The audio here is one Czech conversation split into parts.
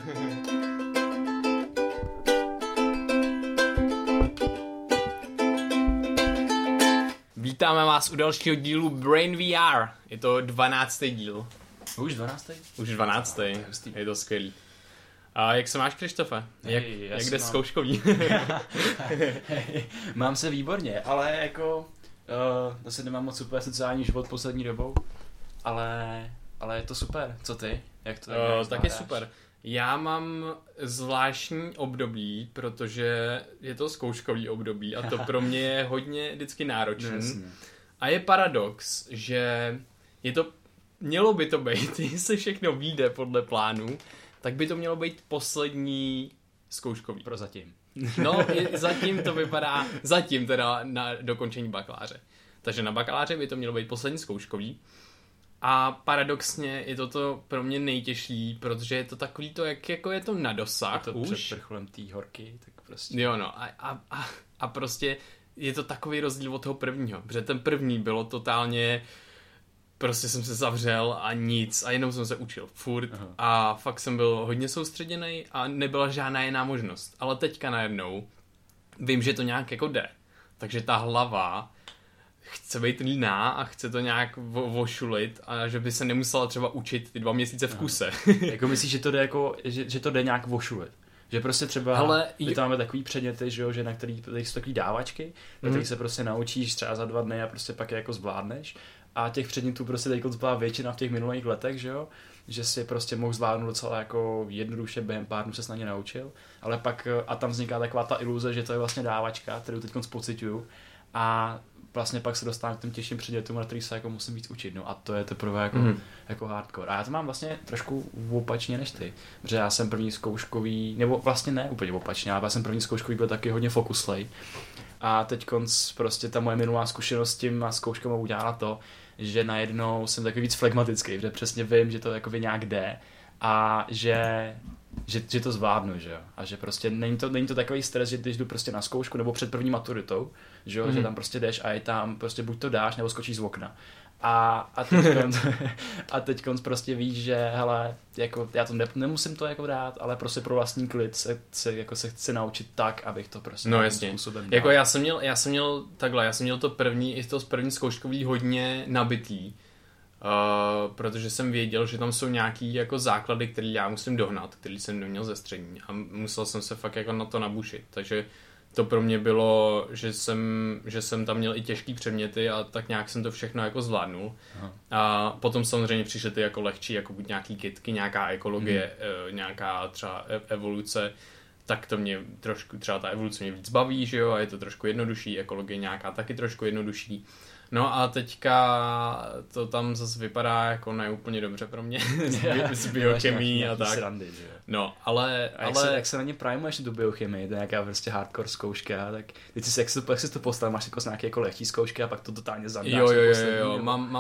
Vítáme vás u dalšího dílu Brain VR. Je to 12. díl. Už 12. Už 12. Je to skvělý. A jak se máš, Krištofe? Jak jde zkouškový? Mám se výborně, ale jako zase nemám moc super sociální život poslední dobou, ale je to super. Co ty? Jak to taky super. Já mám zvláštní období, protože je to zkouškový období a to pro mě je hodně vždycky náročný. A je paradox, že mělo by to být, jestli všechno vyjde podle plánu, tak by to mělo být poslední zkouškový. Prozatím. No, zatím to vypadá, teda na dokončení bakaláře. Takže na bakaláře by to mělo být poslední zkouškový. A paradoxně je to pro mě nejtěžší, protože je to takový to, jak jako je to na dosah je to už. Před vrcholem té horky, tak prostě. Jo no, a prostě je to takový rozdíl od toho prvního, protože ten první bylo totálně, prostě jsem se zavřel a nic a jenom jsem se učil furt. Aha. A fakt jsem byl hodně soustředěnej a nebyla žádná jiná možnost. Ale teďka najednou vím, že to nějak jako jde. Takže ta hlava chce být líná a chce to nějak vošulit a že by se nemusela třeba učit ty 2 měsíce v kuse. Jako myslíš, že to jde jako, že to jde nějak vošulit? Že prostě třeba my tam máme takový předměty, že na který jsou takový dávačky, na který se prostě naučíš třeba za 2 dny a prostě pak je jako zvládneš. A těch předmětů prostě teď byla většina v těch minulých letech, že si prostě mohl zvládnout docela jako jednoduše, během pár dnů se na ně naučil, ale pak a tam vzniká taková ta iluze, že to je vlastně dávačka, kterou teď pociťuju a vlastně pak se dostávám k těm těžším předmětům, na který se jako musím víc učit, no a to je teprve jako hardcore. A já to mám vlastně trošku opačně než ty, protože já jsem první zkouškový, nebo vlastně ne úplně opačně, ale já jsem první zkouškový byl taky hodně fokuslej. A teďkonc prostě ta moje minulá zkušenost s tím a zkouškou udělala to, že najednou jsem takový víc flegmatický, že přesně vím, že to jako nějak jde a že to zvládnu, že jo. A že prostě není to takový stres, že když jdu prostě na zkoušku nebo před první maturitou, že jo, že tam prostě jdeš a je tam prostě buď to dáš nebo skočíš z okna. A teďkonc prostě víš, že hele, jako já to nemusím to jako dát, ale prostě pro vlastní klid se chci naučit tak, abych to prostě způsobem dal. Jako já jsem měl to první zkouškový hodně nabitý. Protože jsem věděl, že tam jsou nějaký jako základy, které já musím dohnat, který jsem neměl ze střední a musel jsem se fakt jako na to nabušit, takže to pro mě bylo, že jsem tam měl i těžký předměty a tak nějak jsem to všechno jako zvládnul. Aha. A potom samozřejmě přišly ty jako lehčí, jako buď nějaký kitky, nějaká ekologie, nějaká třeba evoluce, tak to mě trošku, třeba ta evoluce mě víc baví, že jo, a je to trošku jednodušší, ekologie nějaká taky trošku jednodušší. No a teďka to tam zase vypadá jako neúplně dobře pro mě s biochemií a tak. Srandy, že? No, ale jak se na ně primuješ tu biochemii, to je nějaká prostě hardcore zkouška, tak teď jak si to postavil, máš jako nějaké jako lehčí zkoušky a pak to totálně zandáš. Jo,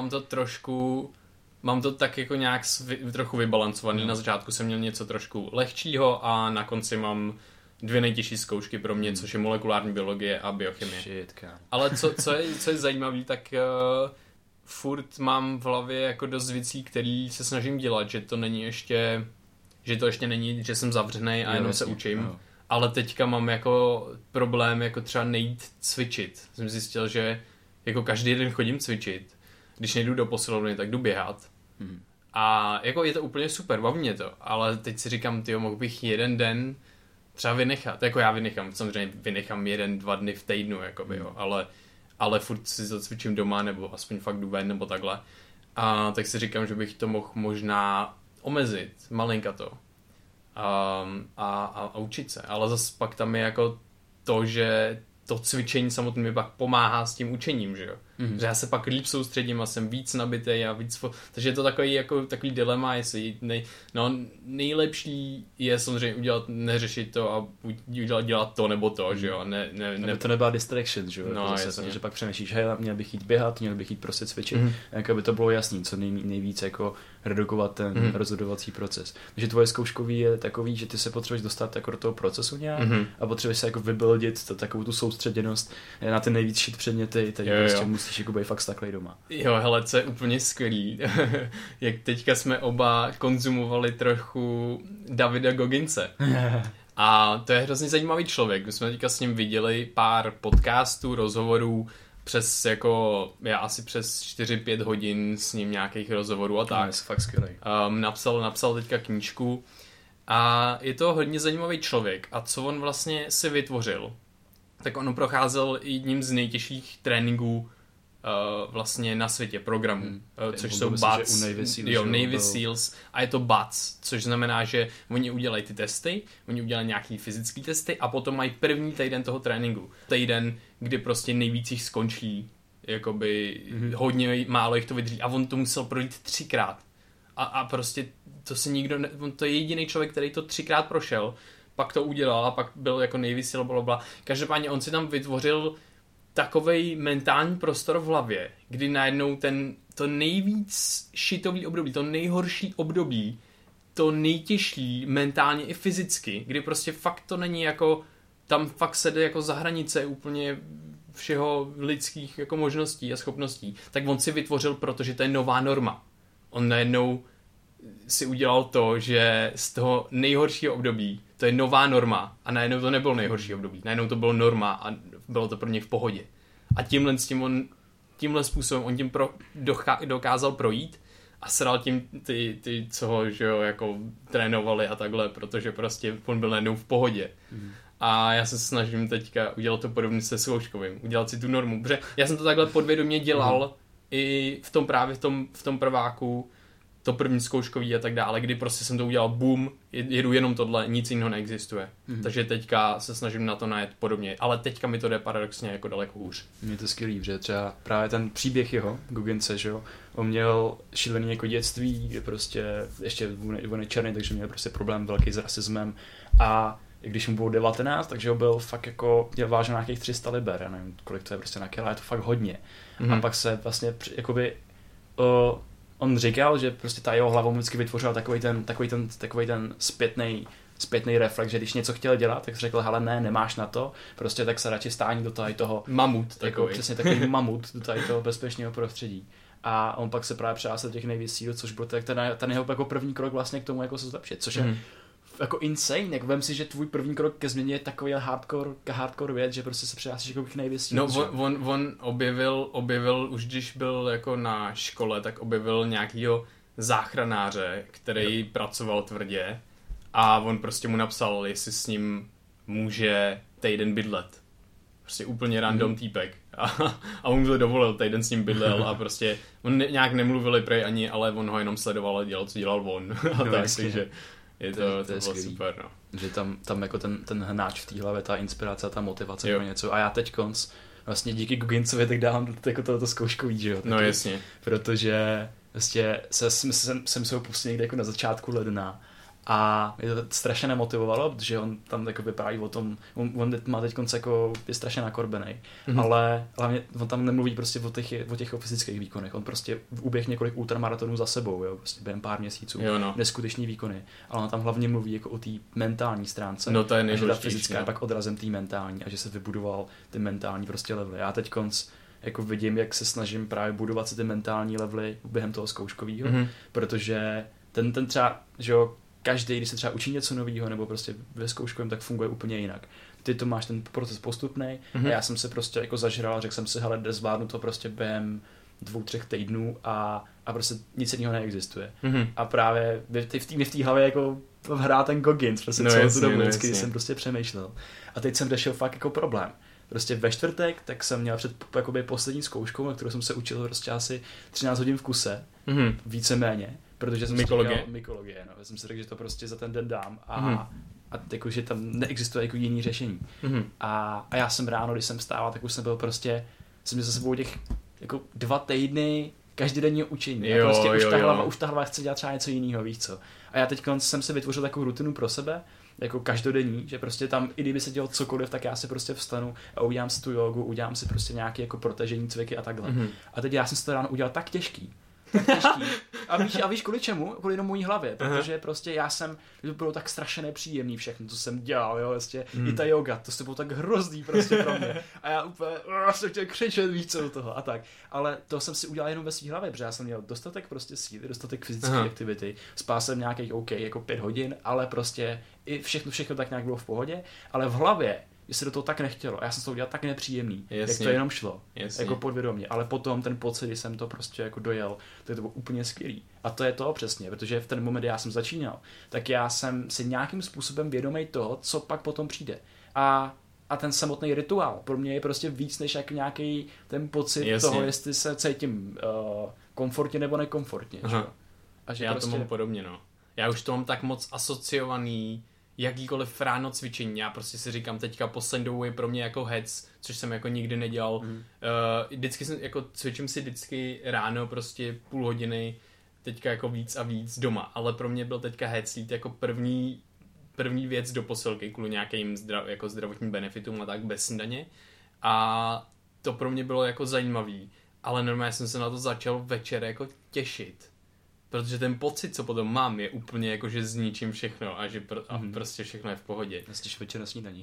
mám to tak jako nějak trochu vybalancovaný. Na začátku jsem měl něco trošku lehčího a na konci mám 2 nejtěžší zkoušky pro mě, což je molekulární biologie a biochemie. Ale co je zajímavý, tak furt mám v hlavě jako dost věcí, který se snažím dělat, že to ještě není, že jsem zavřenej a jenom se učím. Ale teďka mám jako problém jako třeba nejít cvičit. Jsem zjistil, že jako každý den chodím cvičit. Když nejdu do posilovny, tak jdu běhat. A jako je to úplně super, baví mě to. Ale teď si říkám, mohl bych jeden den třeba vynechat, jako já samozřejmě vynechám 1-2 dny v týdnu, jakoby, jo, ale furt si to cvičím doma, nebo aspoň fakt jdu ven, nebo takhle. A tak si říkám, že bych to mohl možná omezit, malinka to. A učit se, ale zase pak tam je jako to, že to cvičení samotné mi pak pomáhá s tím učením, že jo. Že já se pak líp soustředím a jsem víc nabitej a víc... Takže je to takový dilema, jestli nejlepší je samozřejmě neřešit to a dělat to nebo to, že jo. Aby to nebyla distraction, že jo. No, že pak přemýšlíš, hej, měl bych jít běhat, měl bych jít prostě cvičit, jako aby to bylo jasný, co nejvíc jako redukovat ten rozhodovací proces. Takže tvoje zkouškový je takový, že ty se potřebuješ dostat jako do toho procesu nějak a potřebuješ se jako vybuildit takovou tu soustředěnost na ty nejvíc šit předměty, teď prostě musíš jako být fakt staklej doma. Jo, hele, co je úplně skvělý, jak teďka jsme oba konzumovali trochu Davida Gogginse. A to je hrozně zajímavý člověk. My jsme teďka s ním viděli pár podcastů, rozhovorů, já asi přes 4-5 hodin s ním nějakých rozhovorů a tak. Je fakt skvělý. Napsal teďka knížku a je to hodně zajímavý člověk. A co on vlastně si vytvořil, tak on procházel jedním z nejtěžších tréninků vlastně na světě programů, což jsou BATS, Navy Seals a je to BATS, což znamená, že oni udělají ty testy, oni udělají nějaký fyzický testy a potom mají první týden toho tréninku. Týden, kdy prostě nejvíc jich skončí, jakoby hodně málo jich to vydrží a on to musel projít 3krát. A prostě to se nikdo, to je jediný člověk, který to 3krát prošel, pak to udělal a pak byl jako Navy Seal, blablabla. Každopádně on si tam vytvořil takovej mentální prostor v hlavě, kdy najednou to nejvíc šitový období, to nejhorší období, to nejtěžší mentálně i fyzicky, kdy prostě fakt to není jako, tam fakt se jde jako za hranice úplně všeho lidských jako možností a schopností, tak on si vytvořil, protože to je nová norma. On najednou si udělal to, že z toho nejhoršího období to je nová norma a najednou to nebylo nejhorší období, najednou to bylo norma a bylo to pro něj v pohodě. A tímhle způsobem on tím dokázal projít a sral tím ty co ho, že jo, jako trénovali a takhle, protože prostě on byl najednou v pohodě. A já se snažím teďka udělat to podobně se Zkouškovým, udělat si tu normu, protože já jsem to takhle podvědomě dělal i v tom prváku, to první zkouškový a tak dále, kdy prostě jsem to udělal boom, jedu jenom tohle, nic jiného neexistuje. Takže teďka se snažím na to najet podobně, ale teďka mi to jde paradoxně jako daleko hůř. Je to skvělý, že třeba právě ten příběh jeho, Gogginse, že jo, on měl šílený jako dětství, je prostě ještě on je černý, takže měl prostě problém velký s rasismem a když mu bylo 19, takže ho byl fakt jako, vážil nějakých 300 liber, já nevím, kolik to je prostě na kilo, je to fakt hodně. A pak se vlastně jakoby on říkal, že prostě ta jeho hlava vždycky vytvořila takový ten zpětný reflex, že když něco chtěl dělat, tak řekl, hele ne, nemáš na to, prostě tak se radši stání do toho mamut jako, přesně takový mamut do toho bezpečného prostředí. A on pak se právě přihlásil těch Navy Seal, což byl ten jeho jako první krok vlastně k tomu jako se zlepšit, což je jako insane, jako vem si, že tvůj první krok ke změně je takový hardcore věc, že prostě se přihlásíš jako k Navy Seal. No on objevil, už když byl jako na škole, tak objevil nějakýho záchranáře, který pracoval tvrdě a on prostě mu napsal, jestli s ním může týden bydlet. Prostě úplně random týpek. A on mu to dovolil, týden s ním bydlel a prostě on nějak nemluvili prej ani, ale on ho jenom sledoval a dělal, co dělal on. A no, tak, takže je to bylo super, no. Že tam jako ten hnáč v té hlavě, ta inspirace, ta motivace nebo něco. A já teď vlastně díky Gogginsovi tak dávám jako tohoto zkouškový, že jo. Taky, no jasně. Protože vlastně jsem se ho pustil někde jako na začátku ledna a mě to strašně nemotivovalo, protože on tam jako vypráví o tom, on má teď jako je strašně nakorbený, ale hlavně on tam nemluví prostě o těch fyzických výkonech, on prostě uběh několik ultramaratonů za sebou, jo, prostě během pár měsíců, neskutečný výkony, ale on tam hlavně mluví jako o té mentální stránce, no to je a že ta fyzická je pak odrazem té mentální a že se vybudoval ty mentální prostě levely. Já teď jako vidím, jak se snažím právě budovat si ty mentální levely během toho zkouškovýho, protože ten třeba, že jo, každý, když se třeba učí něco nového nebo prostě ve zkouškovém, tak funguje úplně jinak. Ty to máš ten proces postupný a já jsem se prostě jako zažral a řekl jsem si, hele, zvládnu to prostě během 2-3 týdnů a prostě nic jiného neexistuje. A právě v té hlavě jako hrál ten Goggins, prostě celou tu dobu, vždycky jsem prostě přemýšlel. A teď jsem řešil fakt jako problém. Prostě ve čtvrtek, tak jsem měl před jakoby poslední zkouškou, na kterou jsem se učil prostě asi 13 hodin v kuse, víceméně. Protože jsem mykologie, no. Já jsem si řekl, že to prostě za ten den dám a jako, že tam neexistuje jako jiný řešení. A já jsem ráno, když jsem stával, tak už jsem byl prostě, jsem měl za sebou těch jako 2 týdny každodenního učení. A prostě už ta hlava chce dělat třeba něco jiného, víš co. A já teď jsem si vytvořil takovou rutinu pro sebe, jako každodenní, že prostě tam, i kdyby se dělo cokoliv, tak já si prostě vstanu a udělám si tu jogu, udělám si prostě nějaké jako protažení cviky a takhle. A teď já jsem si to ráno udělal tak těžký, A víš kvůli čemu? Kvůli jenom mojí hlavě, protože prostě to bylo tak strašně nepříjemný všechno, co jsem dělal, jo, vlastně i ta yoga, to bylo tak hrozný prostě pro mě. A já úplně jsem chtěl křičet víc do toho a tak. Ale to jsem si udělal jenom ve svý hlavě, protože já jsem měl dostatek prostě síly, dostatek fyzické aktivity, spál jsem nějakých jako 5 hodin, ale prostě i všechno tak nějak bylo v pohodě, ale v hlavě že se do toho tak nechtělo. A já jsem to udělal tak nepříjemný, jak to jenom šlo. Jako podvědomě. Ale potom ten pocit, když jsem to prostě jako dojel, tak to bylo úplně skvělý. A to je to přesně, protože v ten moment, kdy já jsem začínal, tak já jsem si nějakým způsobem vědomý toho, co pak potom přijde. A ten samotný rituál pro mě je prostě víc než jak nějaký ten pocit toho, jestli se cítím komfortně nebo nekomfortně. A že já prostě... to mám podobně, no. Já už to mám tak moc asociovaný jakýkoliv ráno cvičení. Já prostě si říkám, teďka poslední dobou je pro mě jako hec, což jsem jako nikdy nedělal. Vždycky jsem, jako cvičím si vždycky ráno prostě půl hodiny, teďka jako víc a víc doma, ale pro mě byl teďka hec jít jako první věc do posilky kvůli nějakým jako zdravotním benefitům a tak bez snídaně. A to pro mě bylo jako zajímavý, ale normálně jsem se na to začal večer jako těšit. Protože ten pocit, co potom mám, je úplně jako, že zničím všechno a že prostě všechno je v pohodě. Nestíš večer na snídaní.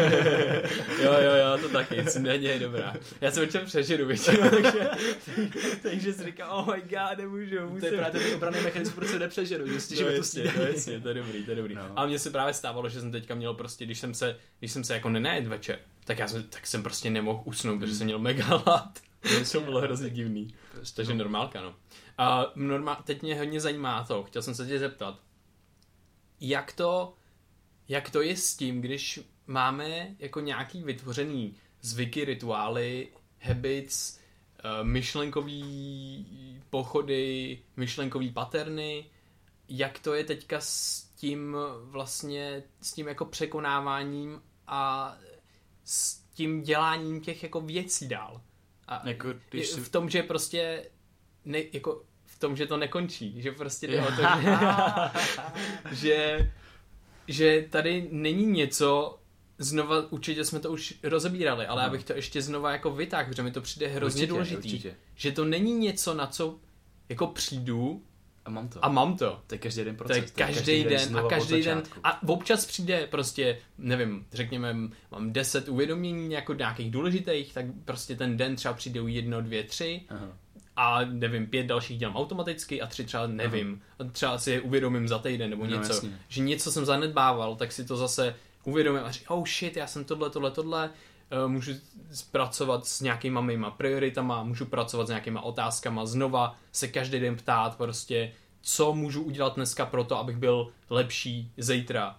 jo, to taky, snídaně je dobrá. Já jsem večer přežeru většinou, takže si říkám, oh my god, nemůžu. To je právě ten obranný mechanismus, proč se nepřežeru, že stížíme tu snídaní. Jasně, to je dobrý. No. A mně se právě stávalo, že jsem teďka měl prostě, když jsem se jako nenajet večer, tak jsem prostě nemohl usnout, protože jsem měl mega hlad. To bylo hrozně divný. Takže normálka, no. A teď mě hodně zajímá to, chtěl jsem se tě zeptat, jak to je s tím, když máme jako nějaký vytvořený zvyky, rituály, habits, myšlenkový pochody, myšlenkový paterny, jak to je teďka s tím jako překonáváním a s tím děláním těch jako věcí dál. A jako, v tom, že prostě v tom, že to nekončí, že prostě jde o to, že tady není něco, znova, určitě jsme to už rozebírali, ale já bych to ještě znova jako vytáhl, protože mi to přijde hrozně důležitý. Určitě. Že to není něco, na co jako přijdu a mám to. To je každý den proces. To je každý den a každý den. A občas přijde prostě, nevím, řekněme, mám 10 uvědomění jako nějakých důležitých, tak prostě ten den třeba přijde 1, 2, 3 a nevím, 5 dalších dělám automaticky a 3 třeba nevím. A třeba si je uvědomím za týden nebo něco. Jasně. Že něco jsem zanedbával, tak si to zase uvědomím a říkám, oh shit, já jsem tohle. Můžu pracovat s nějakýma mýma prioritama, můžu pracovat s nějakýma otázkama, znova se každý den ptát prostě, co můžu udělat dneska pro to, abych byl lepší zítra.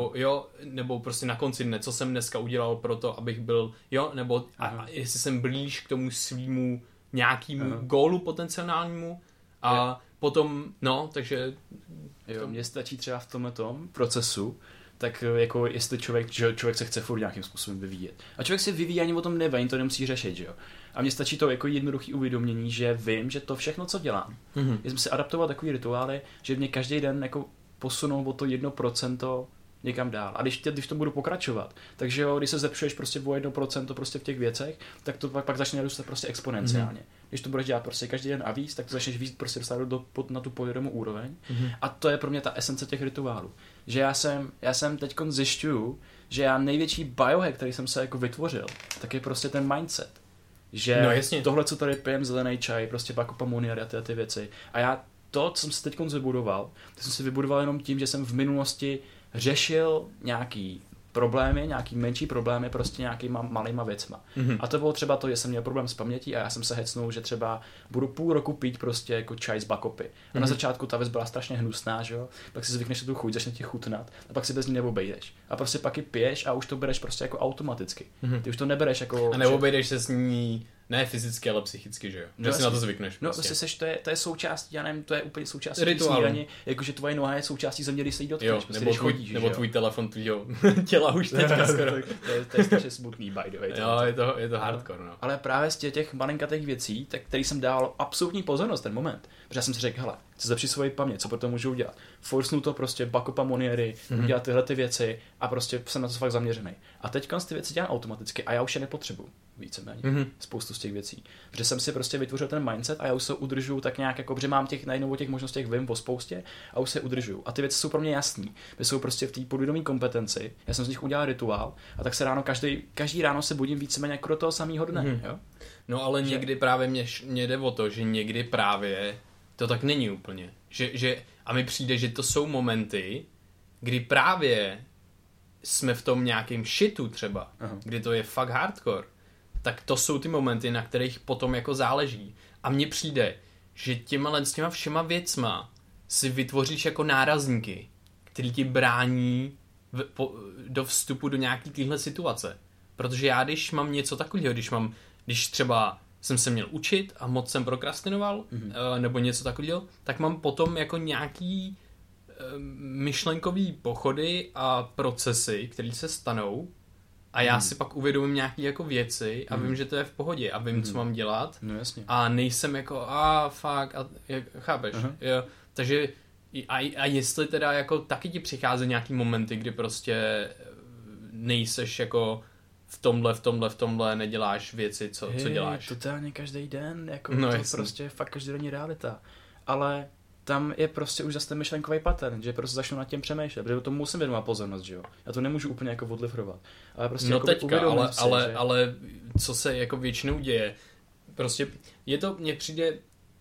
Nebo prostě na konci dne, co jsem dneska udělal pro to, abych byl, nebo a jestli jsem blíž k tomu svýmu nějakému gólu potenciálnímu a potom, takže... Mně stačí třeba v tomhletom procesu, tak jako jestli člověk se chce furt nějakým způsobem vyvíjet. A člověk se vyvíjí, ani o tom neví, ani to nemusí řešit, že jo. A mně stačí to jako jednoduchý uvědomění, že vím, že to všechno, co dělám, jsem si adaptoval takový rituály, že mě každý den jako posunou o to 1% někam dál. A když to budu pokračovat, takže jo, když se zlepšuješ prostě o 1% prostě v těch věcech, tak to pak začne růstat prostě exponenciálně. Když to budeš dělat prostě každý den a víc, tak to začneš víc prostě dostávat na tu podvědomou úroveň. A to je pro mě ta esence těch rituálů. Že já jsem teďkon zjišťuju, že já největší biohack, který jsem se jako vytvořil, tak je prostě ten mindset. Že tohle, co tady pijem, zelený čaj, prostě bakopamoniary a ty věci. A já to, co jsem si teďkon vybudoval, to jsem si vybudoval jenom tím, že jsem v minulosti řešil nějaký problémy, nějaký menší problémy prostě nějakýma malýma věcma. A to bylo třeba to, že jsem měl problém s pamětí a já jsem se hecnul, že třeba budu půl roku pít prostě jako čaj z bakopy. A na začátku ta věc byla strašně hnusná, že jo? Pak si zvykneš na tu chuť, začne ti chutnat a pak si bez ní neobejdeš. A prostě pak ji piješ a už to bereš prostě jako automaticky. Ty už to nebereš jako... A neobejdeš se s ní ne fyzicky, ale psychicky, že jo? Že si na to zvykneš. No, prostě to je součástí, já nevím, to je úplně součástí snídaně, jakože tvoje noha je součástí země, když se jí dotkneš, prostě, když chodíš, nebo tvůj telefon tvýho těla už teďka skoro. To je strašně smutný, by the way. Jo, je to hardcore, no. Ale právě z těch malinkatých věcí, tak který jsem dával absolutní pozornost ten moment, protože já jsem si řekl, hele, chci zlepšit svoji paměť, co pro to můžu udělat. Forcnu to prostě, backupa Moniery, udělat tyhle ty věci a prostě jsem na to fakt zaměřený. A teďka ty věci dělám automaticky a já už je nepotřebuju víceméně. Spoustu z těch věcí. Protože jsem si prostě vytvořil ten mindset a já už se udržuju tak nějak, jako, že mám najednou o těch možnostech vím o spoustě a už se udržuju. A ty věci jsou pro mě jasný. Ty jsou prostě v té podvědomé kompetenci. Já jsem z nich udělal rituál a tak se ráno každý ráno se budím víceméně jako do toho samého dne. Jo? No ale někdy právě mě jde o to, že někdy právě to tak není úplně. A mi přijde, že to jsou momenty, kdy právě jsme v tom nějakém shitu třeba, kdy to je fakt hardcore, tak to jsou ty momenty, na kterých potom jako záleží. A mně přijde, že s těma všema věcma si vytvoříš jako nárazníky, který ti brání do vstupu do nějaký téhle situace. Protože já, když mám něco takového, když třeba jsem se měl učit a moc jsem prokrastinoval, nebo něco takového, tak mám potom jako nějaký myšlenkový pochody a procesy, které se stanou a já si pak uvědomím nějaké jako věci a vím, že to je v pohodě a vím, co mám dělat. No jasně. A nejsem jako fuck, chápeš? Jo, takže a jestli teda jako taky ti přichází nějaký momenty, kdy prostě nejseš jako v tomhle neděláš věci, co děláš. Totálně každý den, jako no, to prostě fakt každodenní realita. Ale tam je prostě už zase ten myšlenkový pattern, že prostě začnu nad tím přemýšlet, protože to musím věnovat pozornost, že jo. Já to nemůžu úplně jako odlifrovat. Ale prostě no jako teďka, ale co se jako většinou děje, prostě mně přijde,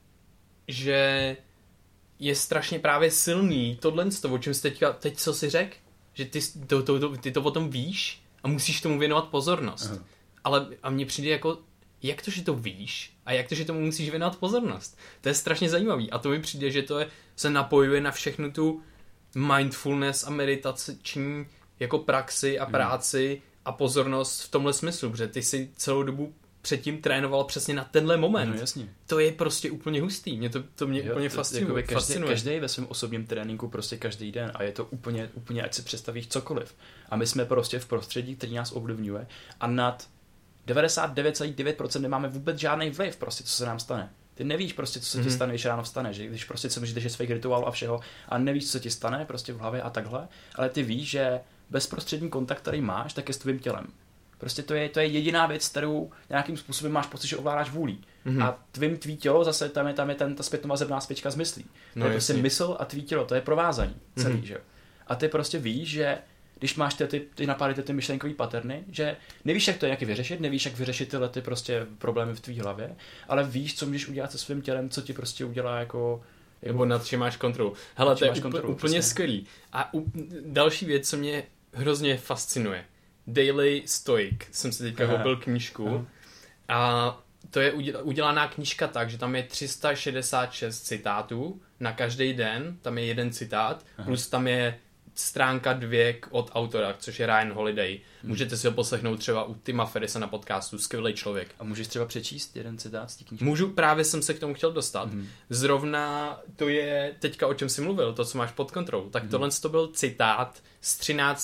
že je strašně právě silný tohle, o čem jsi teď co jsi řekl, že ty to o tom víš a musíš tomu věnovat pozornost. Aha. Ale a mně přijde jako, jak to, že to víš a jak to, že tomu musíš věnovat pozornost. To je strašně zajímavý a to mi přijde, že to se napojuje na všechnu tu mindfulness a meditační jako praxi a práci a pozornost v tomhle smyslu, protože ty si celou dobu předtím trénoval přesně na tenhle moment. No, jasně. To je prostě úplně hustý. To mě úplně fascinuje. Každý ve svém osobním tréninku prostě každý den a je to úplně, ať si představíš cokoliv. A my jsme prostě v prostředí, který nás ovlivňuje a nad 99,9% nemáme vůbec žádný vliv prostě, co se nám stane. Ty nevíš prostě, co se ti stane, když ráno vstane, že když prostě se můžeš držet svých rituálů a všeho a nevíš, co se ti stane prostě v hlavě a takhle, ale ty víš, že bezprostřední kontakt, který máš, tak je s tvým tělem. Prostě to je jediná věc, kterou nějakým způsobem máš pocit, že ovládáš vůlí. A tvý tělo zase, tam je ta zpětnovazebná svěčka z myslí. To je prostě mysl a tvý tělo, to je provázaný celý, že jo. A ty prostě víš, že když máš ty napady, ty myšlenkový paterny, že nevíš, jak to nějaký vyřešit, nevíš, jak vyřešit tyhle ty prostě problémy v tvý hlavě, ale víš, co můžeš udělat se svým tělem, co ti prostě udělá jako nebo nad čím máš kontrolu. Hele, to je úplně skvělý. A další věc, co mě hrozně fascinuje. Daily Stoic. Jsem si teďka koupil knížku. A to je udělaná knížka tak, že tam je 366 citátů na každý den. Tam je jeden citát. Plus tam je stránka 2 od autora, což je Ryan Holiday. Můžete si ho poslechnout třeba u Tima Ferrisa na podcastu. Skvělý člověk. A můžeš třeba přečíst jeden citát z té knížky? Můžu, právě jsem se k tomu chtěl dostat. Zrovna to je teďka, o čem jsi mluvil, to, co máš pod kontrolou. Tak tohle to byl citát z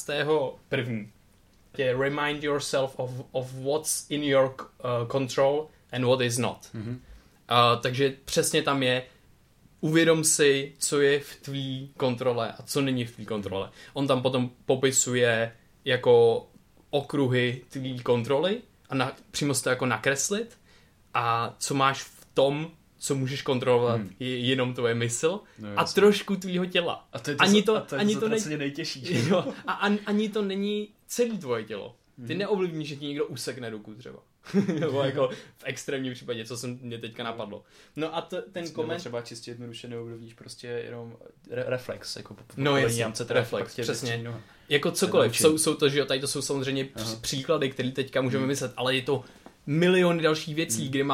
13.1. Remind yourself of what's in your control and what is not. Takže přesně tam je uvědom si, co je v tvý kontrole a co není v tvý kontrole. On tam potom popisuje jako okruhy tvý kontroly a přímo si to jako nakreslit a co máš v tom, co můžeš kontrolovat, je jenom tvoje mysl a trošku tvýho těla. A to je to nejtěžší. Jo, a ani to není celé tvoje tělo. Ty neovlivníš, že ti někdo usekne ruku třeba. Nebo jako v extrémním případě, co mě teďka napadlo. No a ten koment... Třeba čistě jednoduše neovlivníš prostě jenom reflex. Jako no jasně, reflex, přesně. Jako cokoliv. Jsou to, že jo, tady to jsou samozřejmě příklady, které teďka můžeme myslet, ale je to miliony dalších věcí, kde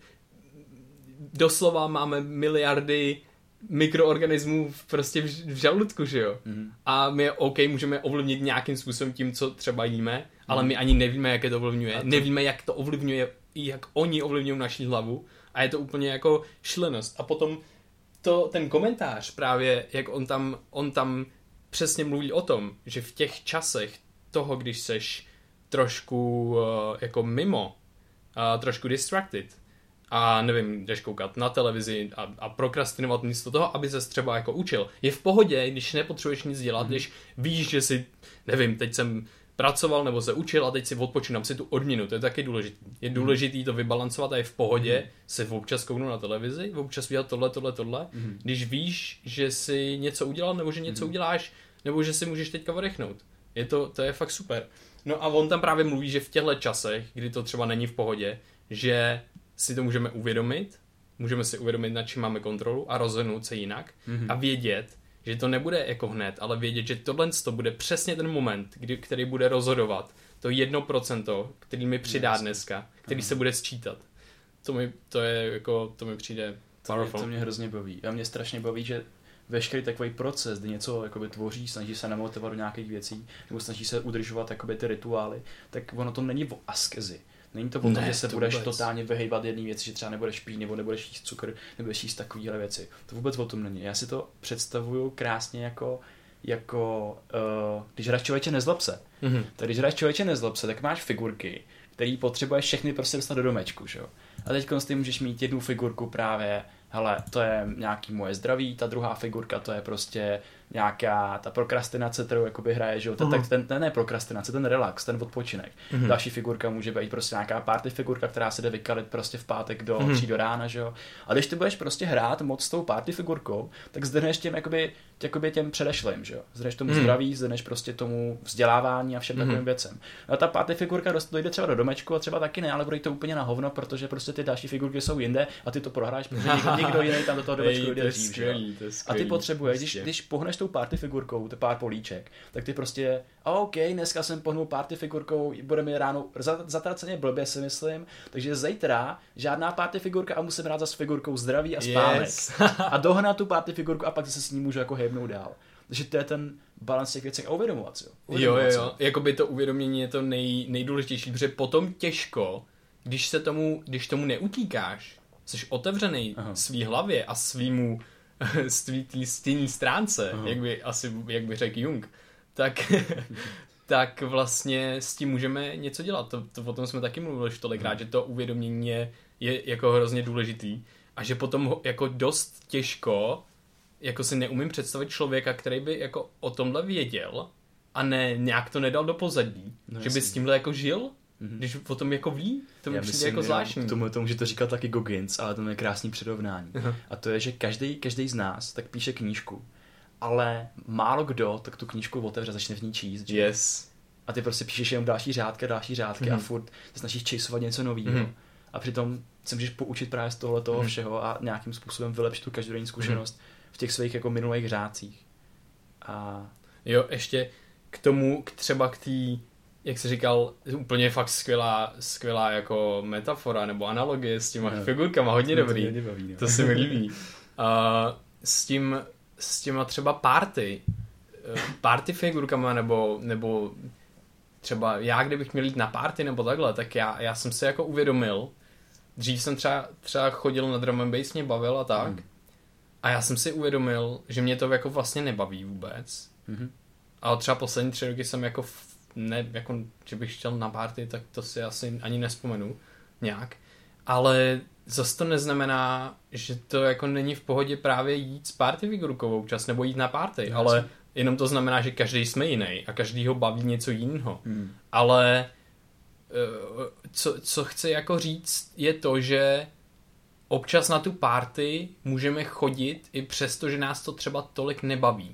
doslova máme miliardy mikroorganismů prostě v žaludku, že jo? A my můžeme ovlivnit nějakým způsobem tím, co třeba jíme, ale my ani nevíme, jak je to ovlivňuje. Nevíme, jak to ovlivňuje, jak oni ovlivňují naši hlavu a je to úplně jako šílenost. A potom ten komentář právě, jak on tam přesně mluví o tom, že v těch časech toho, když seš trošku jako mimo, trošku distracted, a nevím, jdeš koukat na televizi a prokrastinovat místo toho, aby ses třeba jako učil. Je v pohodě, když nepotřebuješ nic dělat, když víš, že si, nevím, teď jsem pracoval nebo se učil a teď si odpočínám si tu odměnu, to je taky důležité. Je důležité to vybalancovat a je v pohodě se občas kouknout na televizi, občas udělat tohle. Když víš, že si něco udělal nebo že něco uděláš, nebo že si můžeš teďka odechnout. To je fakt super. No a on tam právě mluví, že v těchto časech, kdy to třeba není v pohodě, že si to můžeme si uvědomit, nad čím máme kontrolu a rozhodnout se jinak a vědět, že to nebude jako hned, ale vědět, že tohle bude přesně ten moment, který bude rozhodovat to 1%, který mi přidá dneska, který se bude sčítat. To mi přijde powerful. To mě hrozně baví. A mě strašně baví, že veškerý takový proces, kdy něco jakoby tvoří, snaží se namotivovat do nějakých věcí, nebo snaží se udržovat jakoby ty rituály, tak ono to není o askezi. Není to o tom, že se budeš totálně vyhejbat jedné věci, že třeba nebudeš pít, nebo nebudeš jíst cukr, nebudeš jíst takovéhle věci. To vůbec o tom není. Já si to představuju krásně jako když hraješ Člověče nezlob se. Tak když hraješ Člověče nezlob se, tak máš figurky, který potřebuješ všechny prostě dostat do domečku, že jo. A teď ty můžeš mít jednu figurku právě, hele, to je nějaký moje zdraví, ta druhá figurka, to je prostě nějaká ta prokrastinace, kterou jakoby hraje, že jo, ten ne prokrastinace, ten relax, ten odpočinek. Další figurka může být prostě nějaká party figurka, která se jde vykalit prostě v pátek do 3 do rána, že jo. A když ty budeš prostě hrát moc s tou party figurkou, tak zdrhneš těm jakoby těm předešlým, že jo. Zdrhneš tomu zdraví, zdrhneš prostě tomu vzdělávání a všem takovým věcem. A ta party figurka dojde třeba do domečku a třeba taky ne, ale bude to úplně na hovno, protože prostě ty další figurky jsou jinde a ty to prohráš, protože nikdo jiný tam do toho domečku jde dřív, že jo. A ty potřebuješ, když pohneš tou party figurkou, to pár políček, tak ty prostě, OK, dneska jsem pohnul party figurkou, bude mi ráno zatraceně blbě, si myslím, takže zítra žádná party figurka a musím hrát zase figurkou zdraví a spánek. A dohnat tu party figurku a pak se s ní můžu jako hejbnout dál. Takže to je ten balans těch věcí a uvědomovat si. Jo. Jakoby to uvědomění je to nejdůležitější, protože potom těžko, když tomu neutíkáš, jsi otevřený svý hlavě a svýmu stinný stránce, jak by řekl Jung, tak vlastně s tím můžeme něco dělat. To potom jsme taky mluvili tolikrát, že to uvědomění je jako hrozně důležitý a že potom jako dost těžko jako si neumím představit člověka, který by jako o tomhle věděl a nějak to nedal do pozadí, že by s tímhle jako žil. Když o tom jako ví, to mi přijde jako zvláštní. K tomu může to říkat taky Goggins, ale to je krásný přirovnání. A to je, že každý z nás tak píše knížku, ale málo kdo tak tu knížku otevře, začne v ní číst. Že? Yes. A ty prostě píšeš jenom další řádky a furt se snažíš chaseovat něco nového. A přitom se můžeš poučit právě z tohoto všeho a nějakým způsobem vylepšit tu každodenní zkušenost v těch svých jako minulých řádcích. A jo, ještě k tomu, třeba k té, jak jsi říkal, úplně fakt skvělá jako metafora nebo analogie s těma figurkama, hodně dobrý. To se mi líbí. S těma třeba party figurkama nebo třeba já, kdybych měl jít na party nebo takhle, tak já jsem se jako uvědomil, dřív jsem třeba chodil na drum and bass, mě bavil a tak, a já jsem si uvědomil, že mě to jako vlastně nebaví vůbec. Ale třeba poslední 3 roky jsem jako že bych chtěl na party, tak to si asi ani nespomenu nějak. Ale zase to neznamená, že to jako není v pohodě právě jít s party figurkou občas, nebo jít na party, ale jenom to znamená, že každý jsme jiný a každýho baví něco jiného. Ale co chci jako říct, je to, že občas na tu party můžeme chodit i přesto, že nás to třeba tolik nebaví.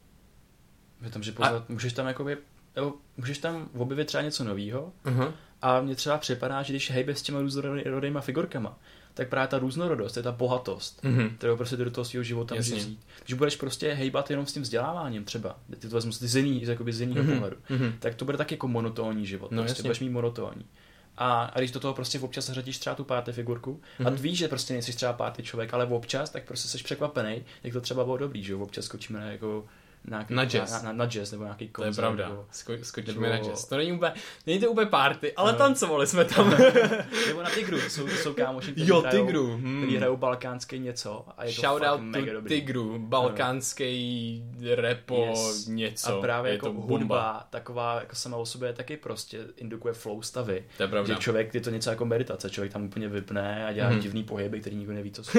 Můžeš tam objevit třeba něco novýho a mně třeba připadá, že když hejbeš s těma různorodýma figurkama, tak právě ta různorodost je ta bohatost, kterou prostě do toho svého života můžeš vzít. Když budeš prostě hejbat jenom s tím vzděláváním třeba, ty to vezmu z jiného pohledu, tak to bude tak jako monotónní život. No, prostě budeš mít monotónní. A když do toho prostě občas řadíš třeba tu party figurku a víš, že prostě nejsi třeba party člověk, ale občas tak prostě jsi překvapený, jak to třeba bylo dobrý, že občas skočíme na jako na jazz nebo nějaký koncert. To je pravda, skočíme na jazz. To není to úplně party, ale tancovali jsme tam. Nebo na Tigru, jsou kámoši, kteří hrajou balkánský něco a je to shout fakt out mega to dobrý. Tigru, balkánský repo, něco. A právě je jako hudba, taková jako sama o sobě taky prostě indukuje flow stavy. To je pravda. Že člověk, je to něco jako meditace, člověk tam úplně vypne a dělá divný pohyby, který nikdo neví, co jsou.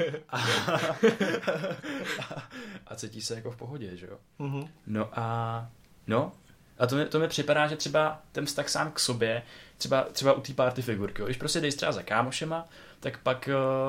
A cítí se jako v pohodě, že jo. No a to mi připadá, že třeba ten vztah sám k sobě, třeba u té party figurky, jo. Když prostě jdeš třeba za kámošema, tak pak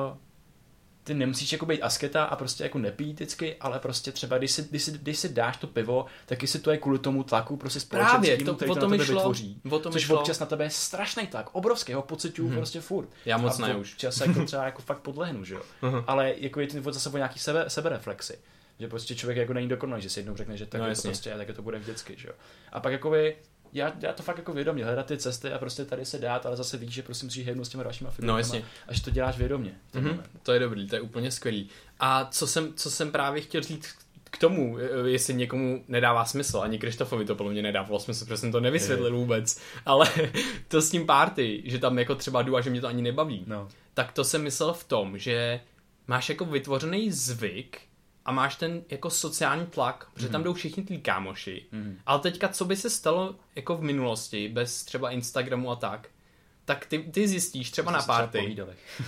ty nemusíš jako být asketa a prostě jako nepít vždycky, ale prostě třeba když si dáš to pivo, tak jestli to je kvůli tomu tlaku prostě společenskému, který to na tebe vytvoří. Což občas na tebe je strašný tlak, obrovský, ho pociťuju prostě furt. Já moc ne už. Občas jako třeba jako fakt podlehnu, že jo. Ale jako je to zase o nějaký sebereflexi. Že prostě člověk jako není dokonalý, že si jednou řekne, že tak je to prostě a tak to bude vždycky, že jo. A pak jakoby já to fakt jako vědomě, hledat ty cesty a prostě tady se dát, ale zase víš, že prostě musíš hejbnout s těma dalšíma figurkama a že to děláš vědomě. To je dobrý, to je úplně skvělý. A co jsem právě chtěl říct k tomu, jestli někomu nedává smysl, ani Krištofovi to podle mě nedávalo smysl, protože jsem to nevysvětlil vůbec, ale to s tím party, že tam jako třeba jdu a že mě to ani nebaví, tak to jsem myslel v tom, že máš jako vytvořený zvyk a máš ten jako sociální tlak, protože tam jdou všichni ty kámoši. Ale teďka, co by se stalo jako v minulosti, bez třeba Instagramu a tak ty zjistíš třeba na party.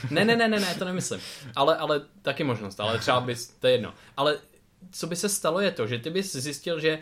Ne, to nemyslím. Ale taky možnost, ale to je jedno. Ale co by se stalo je to, že ty bys zjistil, že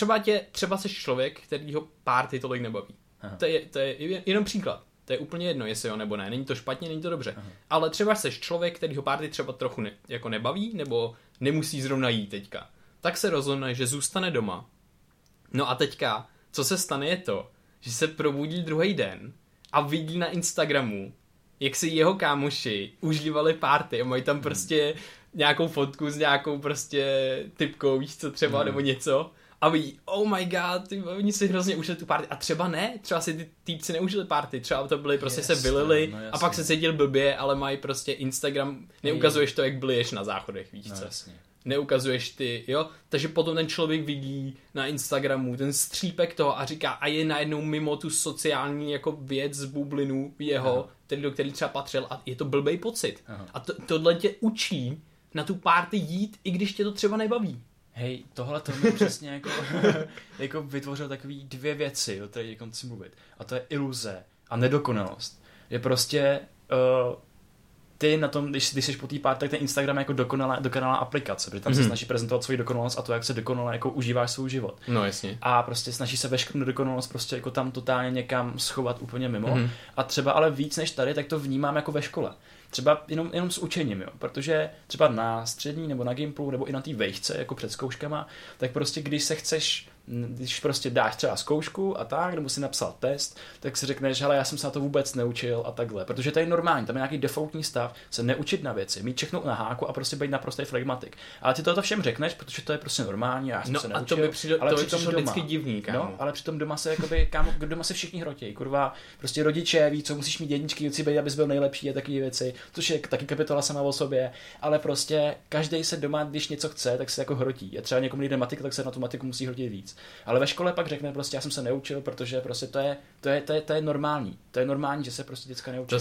třeba jsi člověk, kterýho party tolik nebaví. To je jenom příklad. To je úplně jedno, jestli jo nebo ne. Není to špatně, není to dobře. Ale třeba jsi člověk, kterýho party třeba trochu jako nebaví, nebo nemusí zrovna jít teďka. Tak se rozhodne, že zůstane doma. No a teďka, co se stane je to, že se probudí druhý den a vidí na Instagramu, jak si jeho kámoši užívali party a mají tam prostě nějakou fotku s nějakou prostě typkou, víš co třeba, nebo něco. A ví, oh my god, oni si hrozně užili tu party. A třeba ne, třeba si ty týpci neužili party, třeba to byli, prostě se vylili a pak se cítil blbě, ale mají prostě Instagram, neukazuješ to, jak blíješ na záchodech, víš co. Jasně. Neukazuješ ty, jo. Takže potom ten člověk vidí na Instagramu ten střípek toho a říká, a je najednou mimo tu sociální jako věc z bublinu jeho, do který třeba patřil a je to blbej pocit. A tohle tě učí na tu party jít, i když tě to třeba nebaví. Hej, tohle to mi přesně jako vytvořil takový dvě věci, o kterých chci mluvit. A to je iluze a nedokonalost. Je prostě ty na tom, když jsi po té party, tak ten Instagram je jako dokonalá aplikace, protože tam se snaží prezentovat svoji dokonalost a to, jak se dokonale jako užíváš svůj život. No jasně. A prostě snaží se veškerou nedokonalost prostě jako tam totálně někam schovat úplně mimo. A třeba ale víc než tady, tak to vnímám jako ve škole. Třeba jenom s učením, jo, protože třeba na střední nebo na Gimplu nebo i na té vejšce jako před zkouškama, tak prostě když prostě dáš třeba zkoušku a tak, nebo si napsal test, tak si řekneš, hele, já jsem se na to vůbec neučil a takhle, protože to je normální, tam je nějaký defaultní stav, se neučit na věci, mít všechno na háku a prostě být naprostý flegmatik. Ale ty to všem řekneš, protože to je prostě normální, já jsem se neučil, ale přitom doma, vždycky divný, kámo. No, ale přitom doma se jakoby, doma se všichni hrotějí, kurva, prostě rodiče ví, co musíš mít jedničky, musí být, abys byl nejlepší a takové věci, což je taky kapitola sama o sobě, ale prostě každý se doma, když něco chce, tak se jako hrotí. A třeba někomu jde matika, tak se na tu matiku musí hrotit víc. Ale ve škole pak řekne prostě, já jsem se neučil, protože prostě to je normální. To je normální, že se prostě děcka neučí.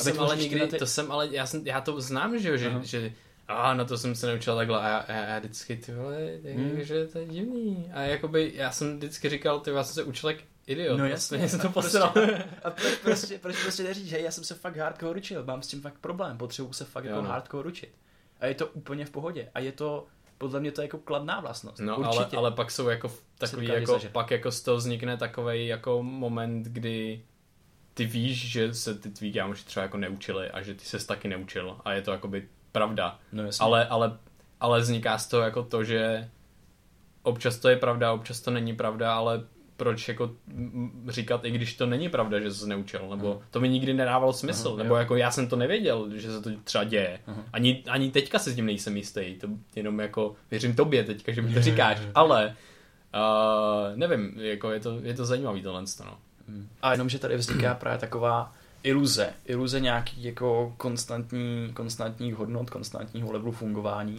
Já to znám, že na to jsem se neučil takhle a já vždycky, ty vole, že to je divný. A jakoby, já jsem vždycky říkal, já jsem se učil jak idiot. No jasně. Jsem to posral. A proč prostě neříct, že já jsem se fakt hardcore učil, mám s tím fakt problém, potřebuji se fakt jako hardcore učit. A je to úplně v pohodě. A je to, podle mě to je jako kladná vlastnost. No ale pak jsou jako takový, jako, pak jako z toho vznikne takovej jako moment, kdy ty víš, že se ty tví kámoši třeba jako neučili a že ty ses taky neučil a je to jakoby pravda. No jasně. Ale vzniká z toho jako to, že občas to je pravda, občas to není pravda, ale proč jako říkat, i když to není pravda, že jsi neučil, nebo to mi nikdy nedávalo smysl, nebo jako já jsem to nevěděl, že se to třeba děje. Ani teďka se s tím nejsem jistý, to jenom jako věřím tobě teďka, že mi to říkáš, ale nevím, jako je to zajímavý tohle. No. A jenom, že tady vzniká právě taková iluze nějaký jako konstantních hodnot, konstantního levelu fungování,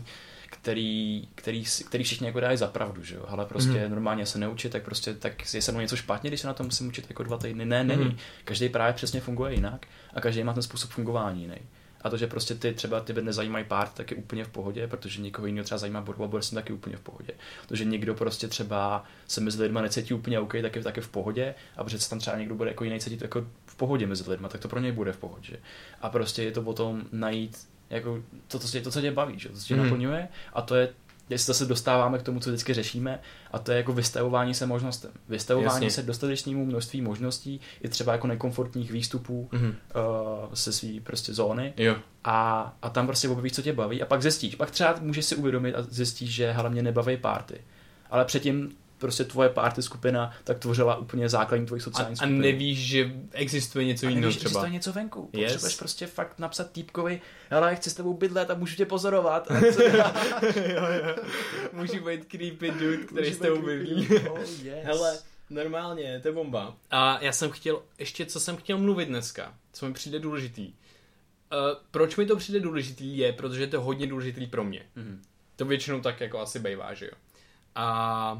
který všichni jako dají za pravdu, že jo, ale prostě normálně se neučit, tak prostě tak je se mnou něco špatně, když se na tom musím učit jako 2 týdny. Ne, není. Každý právě přesně funguje jinak a každý má ten způsob fungování jiný. A to, že prostě ty nezajímají pár, tak je úplně v pohodě, protože někoho jiného třeba zajímá borba, jsem taky úplně v pohodě. To, že někdo prostě třeba se mezi lidma necítí úplně OK, tak je v pohodě, a protože se tam třeba někdo bude jako jiný cítit jako v pohodě mezi lidma, tak to pro něj bude v pohodě. A prostě je to o tom najít jako to, co tě baví, že? To, co tě naplňuje, a to je, jestli se dostáváme k tomu, co vždycky řešíme, a to je jako vystavování se možnostem. Vystavování se dostatečnému množství možností, je třeba jako nekomfortních výstupů se svý prostě zóny. Jo. A tam prostě objevíš, co tě baví, a pak zjistíš. Pak třeba můžeš si uvědomit a zjistíš, že hlavně nebaví party. Ale předtím prostě tvoje party skupina tak tvořila úplně základní tvojí sociální skupiny. A nevíš, že existuje něco jiného třeba. Existuje něco venku. Potřebuješ prostě fakt napsat týpkovi, hele, chci s tebou bydlet a můžu tě pozorovat. Jo. Můžu být creepy dude, který s tebou bydlí. Hele, normálně, to je bomba. A já jsem chtěl, ještě co jsem chtěl mluvit dneska, co mi přijde důležitý. Proč mi to přijde důležitý je, protože to je hodně důležitý pro mě. To většinou tak jako asi bejvá, že jo. A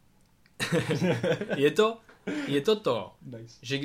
je to, nice. že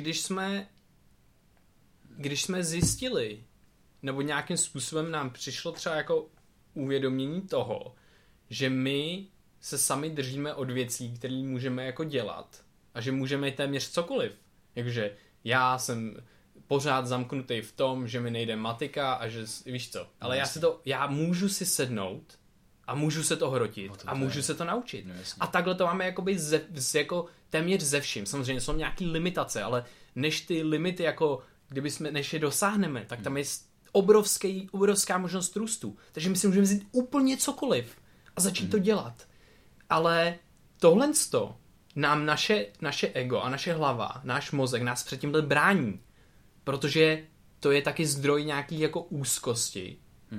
když jsme zjistili, nebo nějakým způsobem nám přišlo třeba jako uvědomění toho, že my se sami držíme od věcí, které můžeme jako dělat, a že můžeme téměř cokoliv. Jakože já jsem pořád zamknutý v tom, že mi nejde matika a že víš co, ale já můžu si sednout a můžu se to hrotit a můžu se to naučit. No, a takhle to máme jakoby jako téměř ze vším. Samozřejmě jsou nějaký limitace, ale než ty limity jako než je dosáhneme, tak tam je obrovská možnost růstu. Takže my si můžeme vzít úplně cokoliv a začít to dělat. Ale tohleto nám naše ego a naše hlava, náš mozek nás předtím brání. Protože to je taky zdroj nějaký jako úzkosti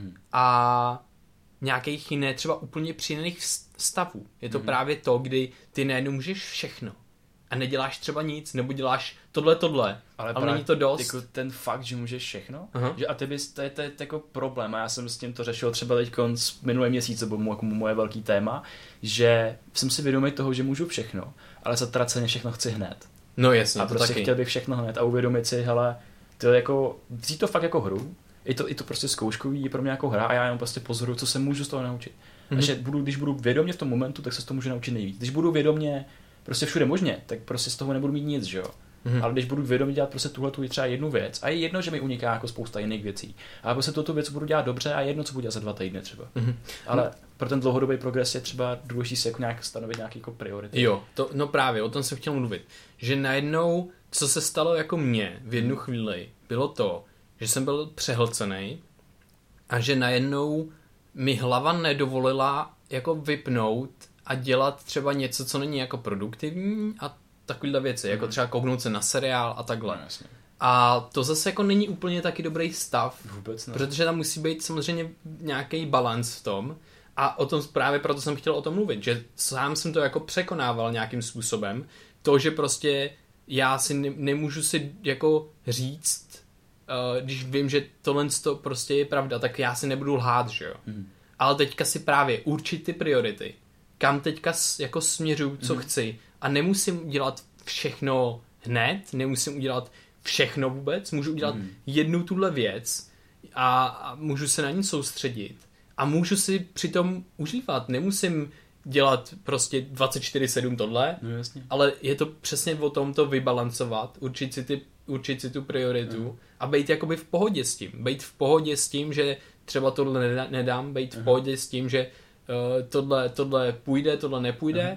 a nějakých jiných třeba úplně příjemných stavů. Je to právě to, kdy ty najednou můžeš všechno a neděláš třeba nic, nebo děláš tohle, ale není to dost. Jako ten fakt, že můžeš všechno, že a to je jako problém, a já jsem s tím to řešil třeba teď minulý měsíc, bylo jako moje velký téma, že jsem si vědomý toho, že můžu všechno, ale zatraceně všechno chci hned. No jasně, a to prostě taky. Chtěl bych všechno hned a uvědomit si, hele, to jako, vzít to fakt jako hru, je to prostě zkouškový, je pro mě jako hra a já jenom prostě pozoruju, co se můžu z toho naučit. Takže když budu vědomě v tom momentu, tak se z toho můžu naučit nejvíc. Když budu vědomě prostě všude možně, tak prostě z toho nebudu mít nic, že jo. Ale když budu vědomě dělat prostě tuhletu třeba jednu věc, a je jedno, že mi uniká jako spousta jiných věcí, ale prostě tuto věc budu dělat dobře a jedno, co budu dělat za 2 týdny třeba. Ale pro ten dlouhodobý progres je třeba důležité si jako nějak stanovit nějaký jako priority. Jo, no právě, o tom jsem chtěl mluvit. Že najednou, co se stalo jako mně v jednu chvíli, bylo to, že jsem byl přehlcený a že najednou mi hlava nedovolila jako vypnout a dělat třeba něco, co není jako produktivní a takovýhle věci, jako třeba kouknout se na seriál a takhle. No, jasně. A to zase jako není úplně taky dobrý stav, Vůbec ne. protože tam musí být samozřejmě nějaký balans v tom a o tom právě proto jsem chtěl o tom mluvit, že sám jsem to jako překonával nějakým způsobem, to, že prostě já si nemůžu si jako říct, když vím, že tohle prostě je pravda, tak já si nebudu lhát, že jo. Ale teďka si právě určit ty priority, kam teďka jako směřuju, co chci, a nemusím dělat všechno hned, nemusím udělat všechno vůbec, můžu udělat jednu tuhle věc a můžu se na ní soustředit a můžu si přitom užívat, nemusím dělat prostě 24/7 tohle, No, jasně. ale je to přesně o tom to vybalancovat, určit si tu prioritu a být jakoby v pohodě s tím. Být v pohodě s tím, že třeba tohle nedám, být v pohodě s tím, že tohle půjde, tohle nepůjde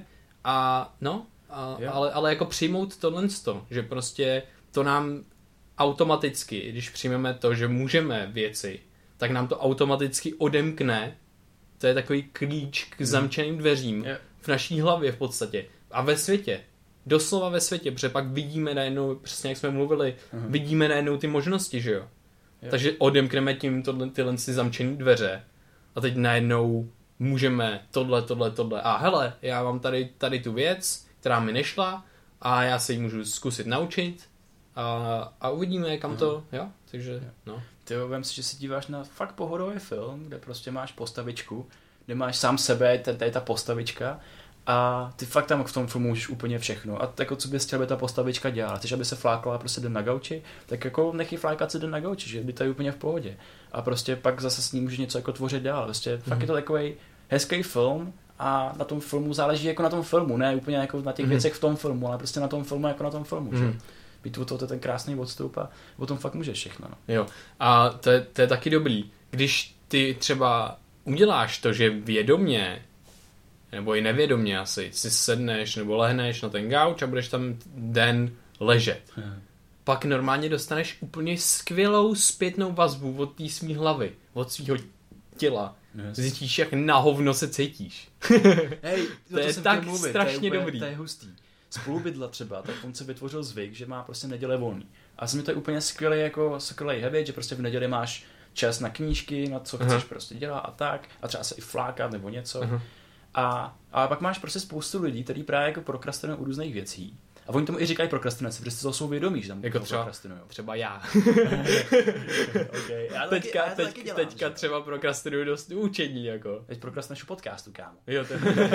ale jako přijmout tohle, že prostě to nám automaticky, když přijmeme to, že můžeme věci, tak nám to automaticky odemkne. To je takový klíč k zamčeným dveřím v naší hlavě v podstatě. A ve světě. Doslova ve světě, protože pak vidíme najednou, přesně jak jsme mluvili, vidíme najednou ty možnosti, že jo. Takže odemkneme tím tyhle zamčený dveře a teď najednou můžeme tohle. A hele, já mám tady tu věc, která mi nešla a já se ji můžu zkusit naučit a uvidíme, kam to, takže, no. Ty vem si, že si díváš na fakt pohodový film, kde prostě máš postavičku, kde máš sám sebe, tady ta postavička a ty fakt tam v tom filmu můžeš úplně všechno. A jako co bys chtěl, aby ta postavička dělala? Chceš, aby se flákala prostě den na gauči? Tak jako nechej flákat se den na gauči, že by to je úplně v pohodě. A prostě pak zase s ním můžeš něco jako tvořit dál. Prostě fakt je to takovej hezký film a na tom filmu záleží jako na tom filmu, ne úplně jako na těch věcech v tom filmu, ale prostě na tom filmu jako na tom filmu, že? Být u toho ten krásný odstup a o tom fakt můžeš všechno. No. Jo. A to je taky dobrý. Když ty třeba uděláš to, že vědomě nebo i nevědomě asi si sedneš nebo lehneš na ten gauč a budeš tam den ležet. Pak normálně dostaneš úplně skvělou zpětnou vazbu od té svý hlavy, od svýho těla. Zjistíš, jak na hovno se cítíš. Hej, to je tak strašně dobrý. To je hustý. Spolubydla třeba, tak on se vytvořil zvyk, že má prostě neděle volný. A mi to je úplně skvělý habit, že prostě v neděli máš čas na knížky, na co chceš prostě dělat a tak. A třeba se i flákat nebo něco. A pak máš prostě spoustu lidí, kteří právě jako prokrastinují u různých věcí. A oni tomu i říkají prokrastinace, protože to jsou vědomí, že tam jako třeba já. Okay. Teďka třeba prokrastinuju dost učení, jako. Teď prokrastinuješ u podcastu, kámo. Jo,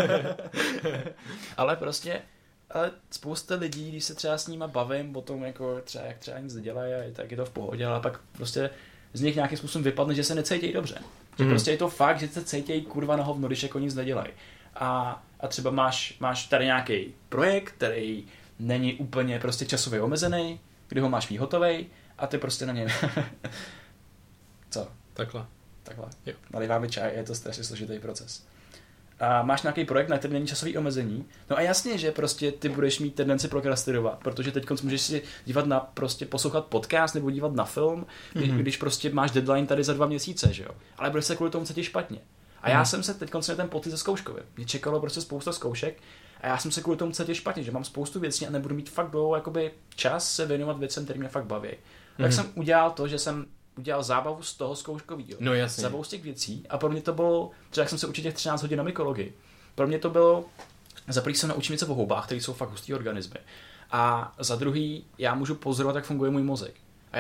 ale spousta lidí, když se třeba s nima bavím o tom, jako jak třeba nic nedělají, tak je to v pohodě, ale pak prostě z nich nějakým způsobem vypadne, že se necítějí dobře. Že prostě je to fakt, že se cítějí kurva na hovno, když jako nic nedělají. A třeba máš tady nějaký projekt, který není úplně prostě časově omezený, kdy ho máš mít hotovej a ty prostě na něm... Co? Takhle. Jo. Naliváme čaj, je to strašně složitý proces. A máš nějaký projekt, na který není časový omezení. No a jasně, že prostě ty budeš mít tendenci prokrastinovat, protože teď můžeš si dívat na prostě poslouchat podcast nebo dívat na film, když prostě máš deadline tady za 2 měsíce, že jo. Ale budeš se kvůli tomu cítit špatně. A já jsem se teď měl ten pocit ze zkouškově. Mě čekalo prostě spousta zkoušek a já jsem se kvůli tomu cítil špatně, že mám spoustu věcí a nebudu mít fakt dlouho jakoby čas se věnovat věcem, které mě fakt baví. Tak jsem udělal to, že jsem udělal zábavu z toho zkouškovýho. No jasně. Zábavu z těch věcí a pro mě to bylo, třeba jak jsem se učil těch 13 hodin na mykologii, pro mě to bylo, za první se naučím něco o houbách, které jsou fakt hustý organismy. A za druhý, já můžu pozorovat, jak funguje můj mozek.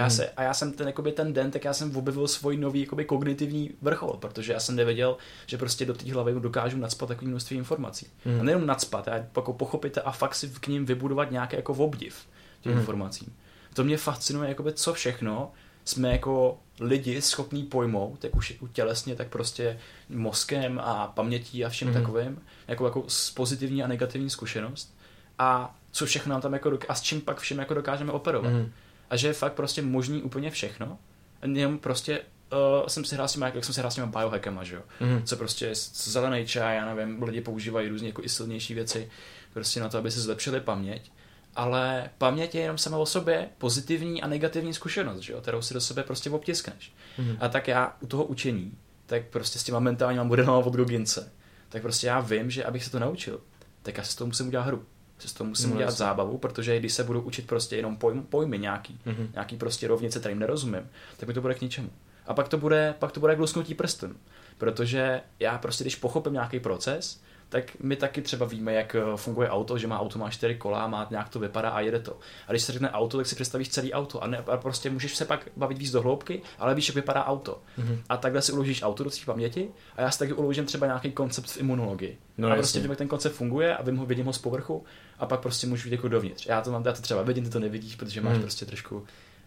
A já jsem ten den, tak já jsem objevil svůj nový kognitivní vrchol, protože já jsem nevěděl, že prostě do té hlavy dokážu nacpat takové množství informací. A nejenom nacpat, ale jako pochopit a fakt si k ním vybudovat nějaké jako obdiv těch informací. To mě fascinuje, co všechno jsme jako lidi schopní pojmout, jak už tělesně, tak prostě mozkem a pamětí a všem takovým, jako z pozitivní a negativní zkušenost. A co všechno nám tam a s čím pak všem dokážeme operovat. A že je fakt prostě možný úplně všechno. Jenom prostě jsem si hrál s těma biohackama, že jo. Co prostě zelený čaj, já nevím, lidi používají různě jako i silnější věci prostě na to, aby si zlepšili paměť. Ale paměť je jenom sama o sobě pozitivní a negativní zkušenost, že jo, kterou si do sebe prostě obtiskneš. A tak já u toho učení, tak prostě s těma mentálníma modelama od Gogince, tak prostě já vím, že abych se to naučil, tak já si z toho musím udělat hru. Si z toho musím udělat zábavu, protože když se budu učit prostě jenom pojmy nějaký prostě rovnice, kterým nerozumím, tak mi to bude k ničemu. A pak to bude jak lusknutí prstenu. Protože já prostě, když pochopím nějaký proces, tak my taky třeba víme, jak funguje auto, že auto má 4 kola, má nějak to vypadá a jede to. A když se řekne auto, tak si představíš celý auto a prostě můžeš se pak bavit víc do hloubky, ale víš, jak vypadá auto. A takhle si uložíš auto do svých paměti a já si taky uložím třeba nějaký koncept v imunologii. No, a prostě vím, jak ten koncept funguje a vidím ho z povrchu a pak prostě můžu vidět jako dovnitř. Já to třeba vidím, ty to nevidíš, protože máš prostě trošku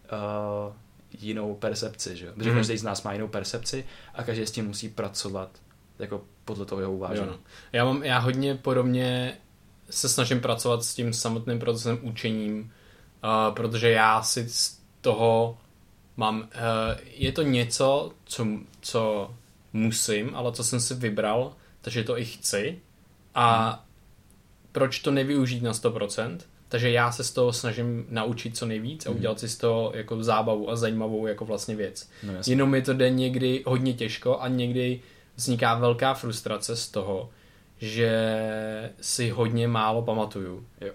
jinou percepci, že jo? Protože každý z nás má jinou percepci a každý s tím musí pracovat jako podle toho jeho uvážení. Já hodně podobně se snažím pracovat s tím samotným procesem učením, protože já si z toho mám, je to něco, co musím, ale co jsem si vybral, takže to i chci a proč to nevyužít na 100%, takže já se z toho snažím naučit co nejvíc a udělat si z toho jako zábavu a zajímavou jako vlastně věc. No, jenom mi to jde někdy hodně těžko a někdy vzniká velká frustrace z toho, že si hodně málo pamatuju. Jo.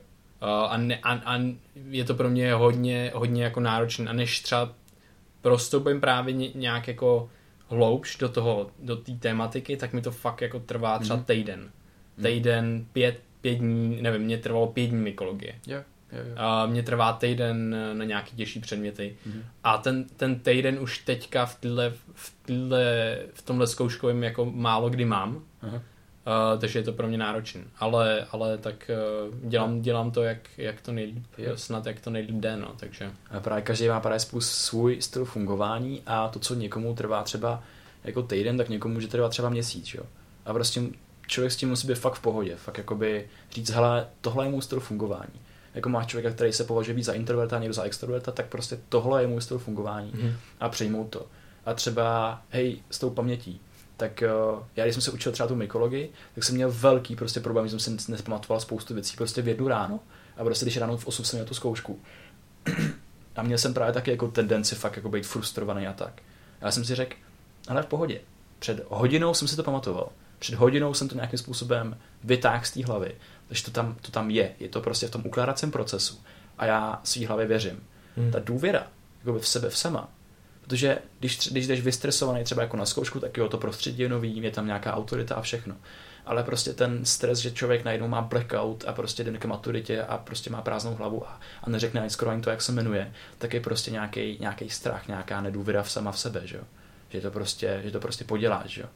A je to pro mě hodně jako náročné. A než třeba prostoupím právě nějak jako hloubš do té tématiky, tak mi to fakt jako trvá třeba týden. Týden, 5 dní, nevím, mě trvalo 5 dní mykologie. Jo. A mě trvá týden na nějaký těžší předměty. A ten týden už teďka v tomhle zkouškovém jako málo kdy mám. Takže je to pro mě náročné. Ale tak dělám to, jak to nejlíp, snad jak to nejlíp jde, no, takže. A právě každý má právě svůj styl fungování a to, co někomu trvá třeba jako týden, tak někomu může trvat třeba měsíc, jo. A prostě člověk s tím musí být fakt v pohodě, fakt jakoby říct, hele, tohle je můj styl fungování. Jako máš člověka, který se považuje víc za introverta, někdo za extroverta, tak prostě tohle je můj styl fungování a přijmout to. A třeba, hej, s tou pamětí, tak já, když jsem se učil třeba tu mykologii, tak jsem měl velký prostě problém, že jsem si nespamatoval spoustu věcí prostě v jednu ráno a prostě když ráno v 8 jsem měl tu zkoušku. A měl jsem právě taky jako tendenci fakt jako být frustrovaný a tak. A já jsem si řekl, ale v pohodě. Před hodinou jsem si to pamatoval. Před hodinou jsem to nějakým způsobem vytáhl z té hlavy. Takže to tam je. Je to prostě v tom ukládacím procesu. A já svý hlavě věřím. Ta důvěra jako v sebe, v sama. Protože když jdeš vystresovaný třeba jako na zkoušku, tak jo, to prostředí je nový, je tam nějaká autorita a všechno. Ale prostě ten stres, že člověk najednou má blackout a prostě jde k maturitě a prostě má prázdnou hlavu a neřekne ani skoro ani to, jak se jmenuje, tak je prostě nějaký strach, nějaká nedůvěra sama v sebe, že jo. Že to prostě poděláš, že jo.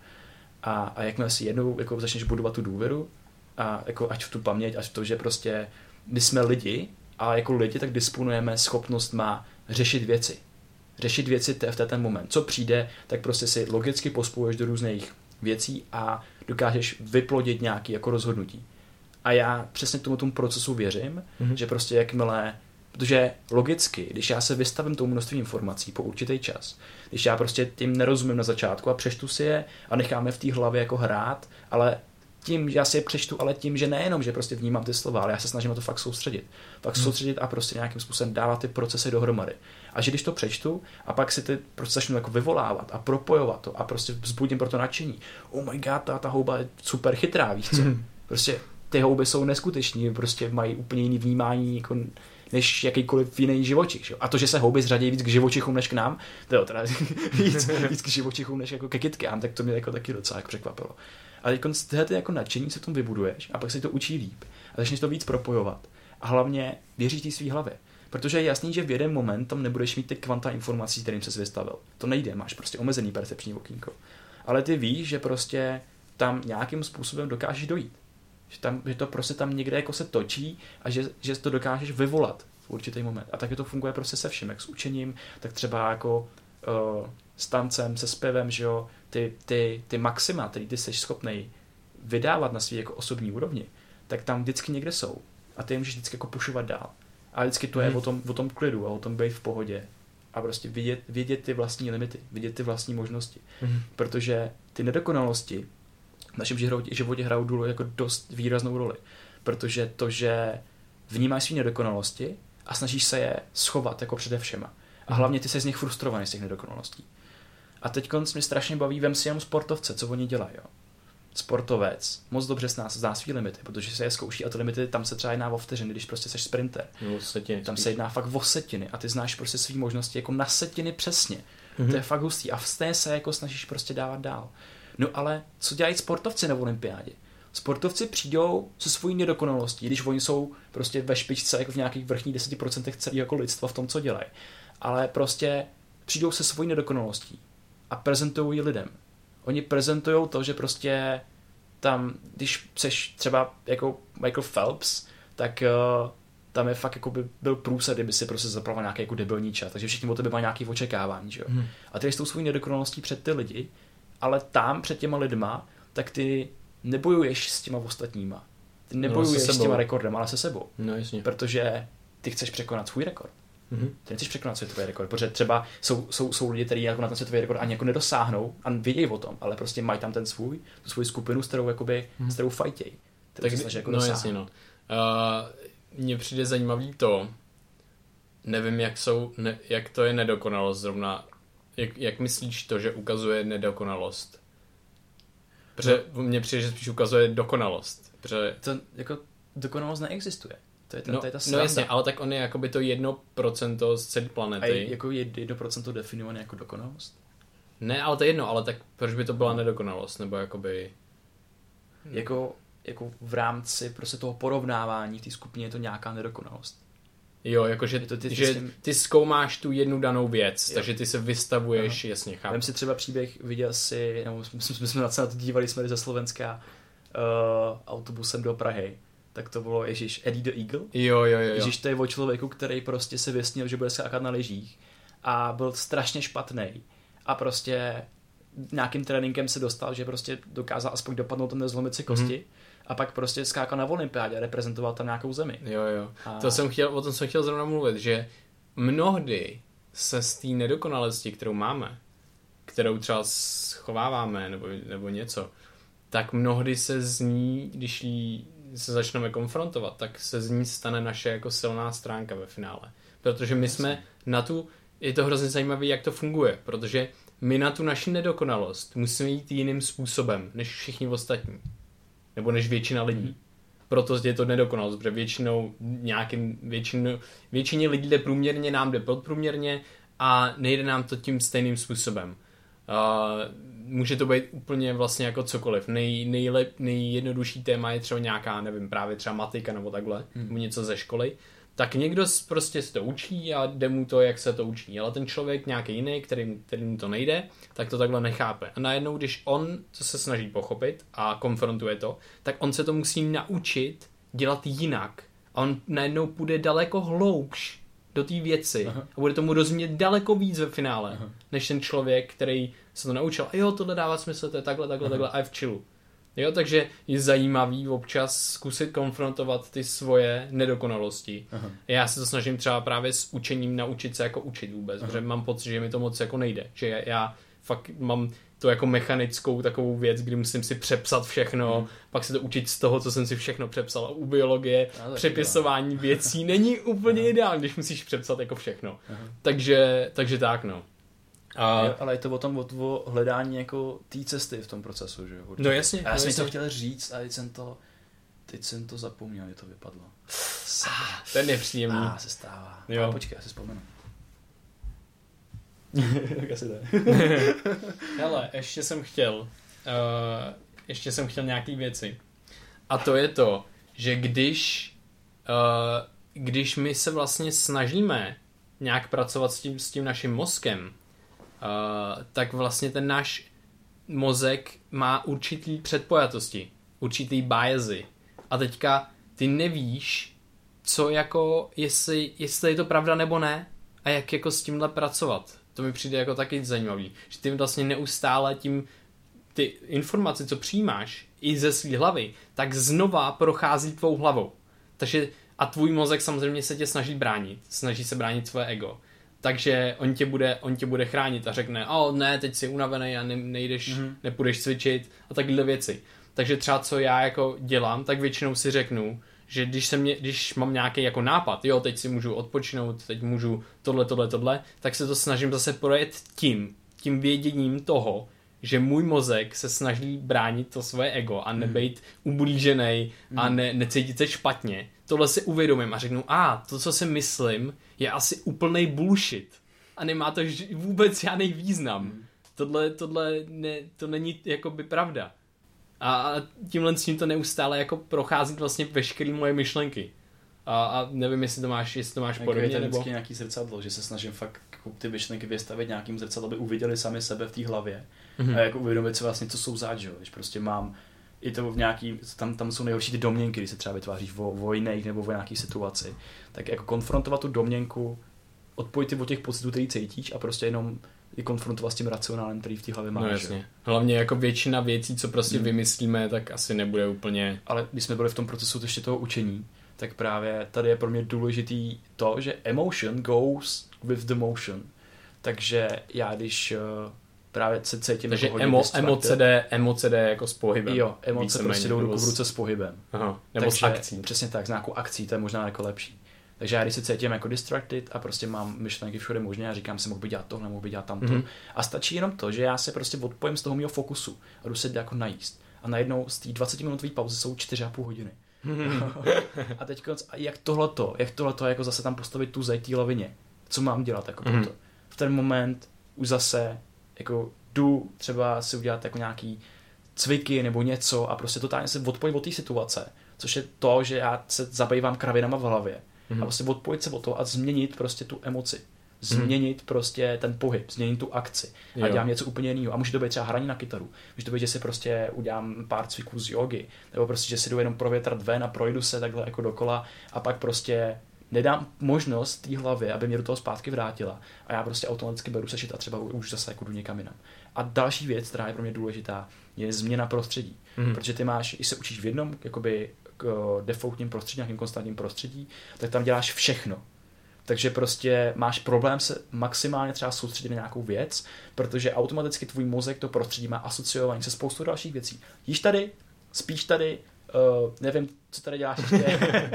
A jakmile si jednou jako začneš budovat tu důvěru, a jako ať v tu paměť, ať v to, že prostě my jsme lidi a jako lidi tak disponujeme schopnostma řešit věci. Řešit věci v ten moment. Co přijde, tak prostě si logicky pospojuješ do různých věcí a dokážeš vyplodit nějaké jako rozhodnutí. A já přesně tomu procesu věřím, že prostě jakmile, protože logicky, když já se vystavím tomu množství informací po určitý čas, když já prostě tím nerozumím na začátku a přečtu si je a nechám je v té hlavě jako hrát, ale tím, že já si je přečtu, ale tím, že nejenom, že prostě vnímám ty slova, ale já se snažím na to fakt soustředit. Soustředit a prostě nějakým způsobem dávat ty procesy dohromady. A že když to přečtu a pak si ty prostě začnu jako vyvolávat a propojovat to a prostě vzbudím pro to nadšení. Oh my god, ta houba je super chytrá, víš co? Prostě ty houby jsou neskuteční, prostě mají úplně jiný vnímání jako než jakýkoliv jiný živočich. Že? A to, že se houby zřadí víc k živočichům než k nám, to je teda víc k živočichům než jako ke kytkám, tak to mě jako taky docela překvapilo. A teď tyhle ty jako nadšení se v tom vybuduješ a pak se to učí líp a začneš to víc propojovat. A hlavně věříš té svý hlavě. Protože je jasný, že v jeden moment tam nebudeš mít ty kvanta informací, kterým ses vystavil. To nejde, máš prostě omezený percepční okýnko. Ale ty víš, že prostě tam nějakým způsobem dokážeš dojít. Že to prostě tam někde jako se točí a že to dokážeš vyvolat v určitý moment. A taky to funguje prostě se vším, jak s učením, tak třeba jako s tancem, se zpěvem, že jo, ty maxima, který ty jsi schopnej vydávat na svý jako osobní úrovni, tak tam vždycky někde jsou. A ty je můžeš vždycky jako pušovat dál. A vždycky to je o tom klidu a o tom být v pohodě. A prostě vidět ty vlastní limity, vidět ty vlastní možnosti. Protože ty nedokonalosti v našem životě hrajou jako dost výraznou roli. Protože to, že vnímáš svý nedokonalosti a snažíš se je schovat jako přede všema. A hlavně ty jsi z nich frustrovaný z těch nedokonalostí. A teď mě strašně baví, vem si jenom sportovce, co oni dělají. Jo. Sportovec moc dobře zná svý limity, protože se je zkouší a ty limity, tam se třeba jedná o vteřiny, když prostě seš sprinter. Tam se jedná fakt o setiny a ty znáš prostě svý možnosti jako na setiny přesně. To je fakt hustý a v té se jako snažíš prostě dávat dál. No ale co dělají sportovci na olympiádě? Sportovci přijdou se svojí nedokonalostí, když oni jsou prostě ve špičce jako v nějakých vrchních 10% celého jako lidstva v tom, co dělají. Ale prostě přijdou se svojí nedokonalostí a prezentují ji lidem. Oni prezentují to, že prostě tam, když seš třeba jako Michael Phelps, tak tam je fakt jako by byl průsad, kdyby si prostě zaplaval nějaký jako debilní čas, takže všichni o tebe mají nějaké očekávání, že jo. A ty s tou svojí nedokonalostí před ty lidi, ale tam před těma lidma, tak ty nebojuješ s těma ostatníma. Ty nebojuješ s těma rekordem, ale se sebou. No jasně. Protože ty chceš překonat svůj rekord. Ty nechceš překonat světový rekord, protože třeba jsou lidi, kteří jako na ten světový rekord ani jako nedosáhnou a vědějí o tom, ale prostě mají tam tu svou skupinu, s kterou fajtějí. Tak jako no jasně, no. Mně přijde zajímavý to, nevím, jak to je nedokonalost zrovna, jak myslíš to, že ukazuje nedokonalost? Protože mně přijde, že spíš ukazuje dokonalost. Protože to jako dokonalost neexistuje. To je ta no jasně, ale tak on je jakoby to 1% z celé planety. A jako 1% definované jako dokonalost? Ne, ale to je jedno, ale tak proč by to byla nedokonalost? Nebo jakoby... Jako v rámci prostě toho porovnávání v té skupině je to nějaká nedokonalost. Jo, jakože že ty zkoumáš tu jednu danou věc, jo. Takže ty se vystavuješ, jasně, chápu. Vem si třeba příběh, viděl si, nebo jsme se na to dívali, jsme ze Slovenska autobusem do Prahy, tak to bylo, ježiš, Eddie the Eagle. Jo. Ježiš, to je o člověku, který prostě se vysnil, že bude skákat na lyžích a byl strašně špatnej a prostě nějakým tréninkem se dostal, že prostě dokázal aspoň dopadnout a nezlomit si kosti. A pak prostě skákal na olympiádě a reprezentoval tam nějakou zemi. Jo. O tom jsem chtěl zrovna mluvit, že mnohdy se z té nedokonalosti, kterou máme, kterou třeba schováváme nebo něco, tak mnohdy se z ní, když se začneme konfrontovat, tak se z ní stane naše jako silná stránka ve finále. Protože my jsme na tu, je to hrozně zajímavé, jak to funguje, protože my na tu naši nedokonalost musíme jít jiným způsobem, než všichni ostatní. Nebo než většina lidí. Proto je to nedokonalost, protože většině lidí jde průměrně, nám jde podprůměrně a nejde nám to tím stejným způsobem. Může to být úplně vlastně jako cokoliv. Nejjednodušší téma je třeba nějaká, nevím, právě třeba matika nebo takhle, nebo něco ze školy. Tak někdo prostě se to učí a jde mu to, jak se to učí. Ale ten člověk nějaký jiný, který mu to nejde, tak to takhle nechápe. A najednou, když on to se snaží pochopit a konfrontuje to, tak on se to musí naučit dělat jinak. A on najednou půjde daleko hloubš do té věci. Aha. A bude tomu rozumět daleko víc ve finále, než ten člověk, který se to naučil. A jo, tohle dává smysl, to je takhle a je v chillu. Jo, takže je zajímavý občas zkusit konfrontovat ty svoje nedokonalosti. Aha. Já se to snažím třeba právě s učením naučit se jako učit vůbec, protože mám pocit, že mi to moc jako nejde. Že já fakt mám to jako mechanickou takovou věc, kdy musím si přepsat všechno, pak se to učit z toho, co jsem si všechno přepsal. A u biologie přepisování věcí není úplně ideální, když musíš přepsat jako všechno. Takže tak, no. Ale je to o tom o hledání jako té cesty v tom procesu, že jo? No jasně. A já jsem to chtěl říct a teď jsem to zapomněl, že to vypadlo. Ten je příjemný. Se stává. Jo. Počkej, já si vzpomenu. Tak asi ne. Hele, ještě jsem chtěl nějaký věci. A to je to, že když my se vlastně snažíme nějak pracovat s tím naším mozkem, tak vlastně ten náš mozek má určitý předpojatosti, určitý biasy. A teďka ty nevíš, co jako, jestli je to pravda nebo ne a jak jako s tímhle pracovat. To mi přijde jako taky zajímavý. Že ty vlastně neustále ty informace, co přijímáš i ze své hlavy, tak znova prochází tvou hlavou. Takže a tvůj mozek samozřejmě se tě snaží bránit. Snaží se bránit své ego. Takže on tě bude chránit a řekne, ne, teď jsi unavený a nejdeš, nepůjdeš cvičit a takhle věci. Takže třeba co já jako dělám, tak většinou si řeknu, že když mám nějaký jako nápad, teď si můžu odpočinout, teď můžu tohle, tak se to snažím zase projet tím věděním toho, že můj mozek se snaží bránit to svoje ego a nebejt ublížený a necítit se špatně. Tohle si uvědomím a řeknu, to, co si myslím, je asi úplnej bullshit a nemá to vůbec žádný význam. To není jakoby pravda. A tímhle s tím to neustále jako prochází vlastně veškerý moje myšlenky. A nevím, jestli to máš podobně, nebo... vždycky nějaký zrcadlo, že se snažím fakt ty myšlenky vystavit nějakým zrcadlo, aby uviděli sami sebe v té hlavě. A jako uvědomit si vlastně, co jsou zač, že jo? Když prostě mám i to v nějaký, tam jsou nejhorší ty domněnky, když se třeba vytváříš o jiných nebo o nějaký situaci, tak jako konfrontovat tu domněnku, odpojit ty od těch pocitů, který cítíš a prostě jenom je konfrontovat s tím racionálem, který v té hlavě máš. No jasně. Hlavně jako většina věcí, co prostě vymyslíme, tak asi nebude úplně... Ale když jsme byli v tom procesu ještě toho učení, tak právě tady je pro mě důležitý to, že emotion goes with the motion. Takže já když právě se cítím... Takže emoce jde jako s pohybem. Jo, emoce prostě jdou ruku v ruce s pohybem. Aha, nebo s akcí. Přesně tak, s nějakou akcí, to je možná jako lepší. Takže já když se cítím jako distracted a prostě mám myšlenky všude možné a říkám si, mohl by dělat tohle, mohl by dělat tamto. A stačí jenom to, že já se prostě odpojím z toho mého fokusu a jdu se jako najíst. A najednou z té 20-minutové pauzy jsou 4,5 hodiny. A teď jak tohleto jako zase tam postavit tu zeď té lavině. Co mám dělat jako proto? V ten moment už zase jako jdu třeba si udělat jako nějaký cviky nebo něco a prostě totálně se odpojím od té situace. Což je to, že já se zabývám kravinama v hlavě. A prostě odpojit se od toho a změnit prostě tu emoci. Změnit prostě ten pohyb, změnit tu akci a dělám něco úplně jiného. A může to být třeba hraní na kytaru. Může to být, že si prostě udělám pár cviků z jogy, nebo prostě, že si jdu jenom provětrat ven a projdu se takhle jako dokola a pak prostě nedám možnost té hlavě, aby mě do toho zpátky vrátila a já prostě automaticky beru sešit a třeba už zase jako jdu někam jinam. A další věc, která je pro mě důležitá, je změna prostředí. Protože ty máš, když se učíš v jednom jakoby defaultním prostředí, nějakým konstantním prostředí, tak tam děláš všechno. Takže prostě máš problém se maximálně třeba soustředit na nějakou věc, protože automaticky tvůj mozek to prostředí má asociovaný se spoustu dalších věcí. Jíš tady, spíš tady, nevím, co tady děláš ještě.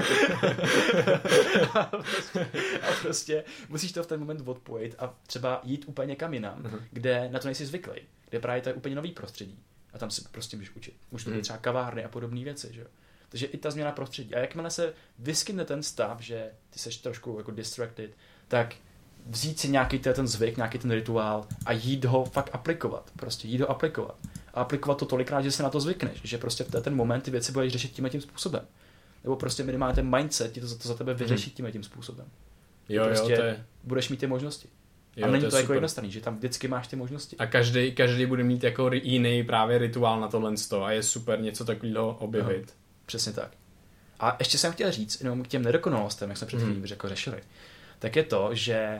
a prostě musíš to v ten moment odpojit a třeba jít úplně někam jinam, kde na to nejsi zvyklý, kde právě to je úplně nový prostředí. A tam si prostě můžeš učit. Můžeš to být třeba kavárny a podobné věci, že jo. Takže i ta změna prostředí. A jakmile se vyskytne ten stav, že ty seš trošku jako distracted, tak vzít si nějaký ten zvyk, nějaký ten rituál a jít ho fakt aplikovat. Prostě jít ho aplikovat. A aplikovat to tolikrát, že se na to zvykneš. Že prostě v ten moment ty věci budeš řešit tím způsobem. Nebo prostě minimálně ten mindset ti to za tebe vyřešit tím způsobem. Jo, prostě jo, to je... budeš mít ty možnosti. Jo, a není to jako super. jednostranný, že tam vždycky máš ty možnosti. A každý bude mít jako jiný právě rituál na tohle a je super něco takového objevit. No, přesně tak. A ještě jsem chtěl říct, jenom k těm nedokonalostem, jak jsme před chvílí řešili, tak je to, že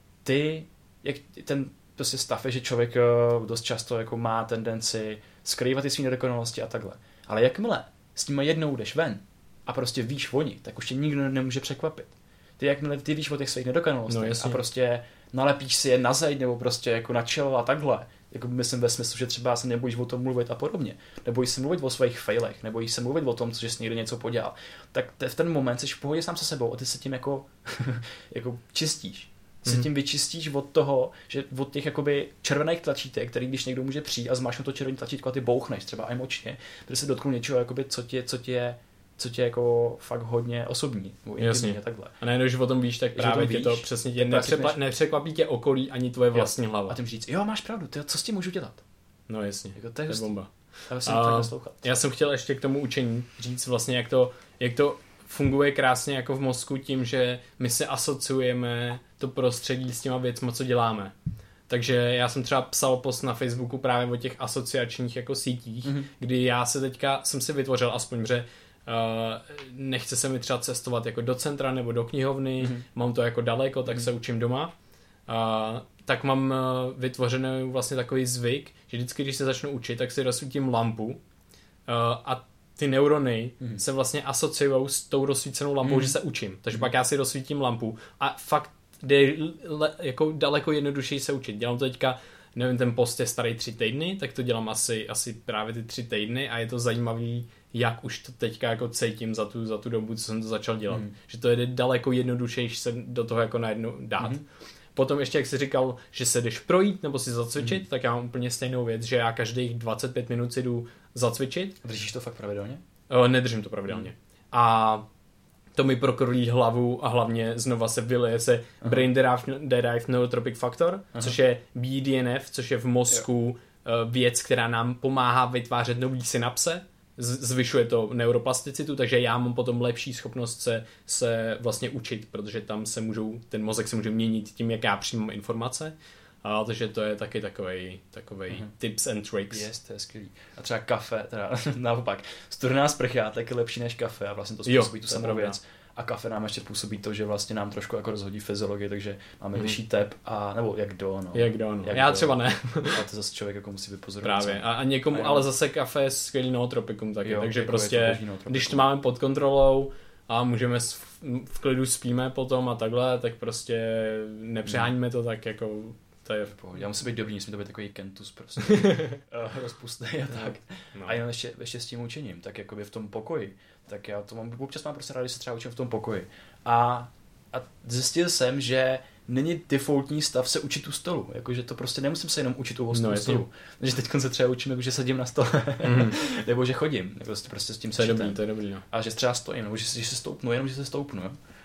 jak ten prostě stav je, že člověk dost často jako má tendenci skrývat ty své nedokonalosti a takhle. Ale jakmile s nimi jednou jdeš ven a prostě víš o nich, tak už tě nikdo nemůže překvapit. Jakmile ty víš o těch svých nedokonalostech a prostě nalepíš si je na zeď nebo prostě jako na čelo a takhle, jako myslím ve smyslu, že třeba se nebojíš o tom mluvit a podobně, nebojíš se mluvit o svých failech, nebojíš se mluvit o tom, že jsi někde něco podělal, tak v ten moment jsi v pohodě sám se sebou a ty se tím jako, jako čistíš. Se tím vyčistíš od toho, že od těch jakoby červených tlačítek, který když někdo může přijít a zmášnout to červené tlačítko a ty bouchneš třeba emočně, protože se dotknu něčeho, jakoby, co tě jako fakt hodně osobní. Jasně. A takhle. A nejenom, že o tom víš, tak právě tě to přesně tě nepřekvapí tě okolí ani tvoje vlastní hlava. A tím říct, jo, máš pravdu, co s tím můžu dělat? No jasně, jako to je bomba. Já jsem chtěl ještě k tomu učení říct vlastně, jak to funguje krásně jako v mozku tím, že my se asociujeme to prostředí s těma věcma, co děláme. Takže já jsem třeba psal post na Facebooku právě o těch asociačních jako sítích, kdy já jsem si vytvořil aspoň, že nechce se mi třeba cestovat jako do centra nebo do knihovny, mám to jako daleko, tak se učím doma. Tak mám vytvořený vlastně takový zvyk, že vždycky, když se začnu učit, tak si rozsvítím lampu a ty neurony se vlastně asociují s tou rozsvícenou lampou, že se učím. Takže pak já si rozsvítím lampu a fakt jde jako daleko jednodušeji se učit. Dělám to teďka, nevím, ten post je starý 3 týdny, tak to dělám asi právě ty 3 týdny a je to zajímavý, jak už to teďka jako cítím za tu dobu, co jsem to začal dělat. Že to je daleko jednodušeji se do toho jako najednou dát. Potom ještě, jak jsi říkal, že se jdeš projít nebo si zacvičit, tak já mám úplně stejnou věc, že já každých 25 minut si jdu zacvičit. Držíš to fakt pravidelně? Nedržím to pravidelně. A to mi prokrolí hlavu a hlavně znova se vylije se Brain Derived Neurotropic Factor, což je BDNF, což je v mozku věc, která nám pomáhá vytvářet nový synapse, zvyšuje to neuroplasticitu, takže já mám potom lepší schopnost se vlastně učit, protože tam ten mozek se může měnit tím, jak já přijímám informace. Takže to je taky takovej tips and tricks. Yes, to je skvělý. A třeba kafe, teda naopak, studená sprcha je lepší než kafe a vlastně to způsobí tu samou věc. A kafe nám ještě působí to, že vlastně nám trošku jako rozhodí fyziologii, takže máme vyšší tep a nebo jak kdo. Já třeba ne. Ale to zase člověk jako musí vypozorovat. Právě. A někomu, ale zase kafe je skvělý nootropikum taky, takže jako prostě, když to máme pod kontrolou a můžeme v klidu spíme potom a takhle, tak prostě nepřeháníme to tak jako. To je v pohodě. Já musím být dobrý, musím to být takový kentus prostě. Rozpustný a tak. No. A jenom ještě s tím učením, tak jakoby v tom pokoji. Tak já to občas mám prostě rád, když se třeba učím v tom pokoji. A zjistil jsem, že není defaultní stav se učit u stolu. Jakože to prostě nemusím se jenom učit u stolu. Takže teď se třeba učím, že sedím na stole. Nebo že chodím. Prostě s tím to je dobrý, no. A že třeba stojím, nebo že se stoupnu, jenom že se stoupnu.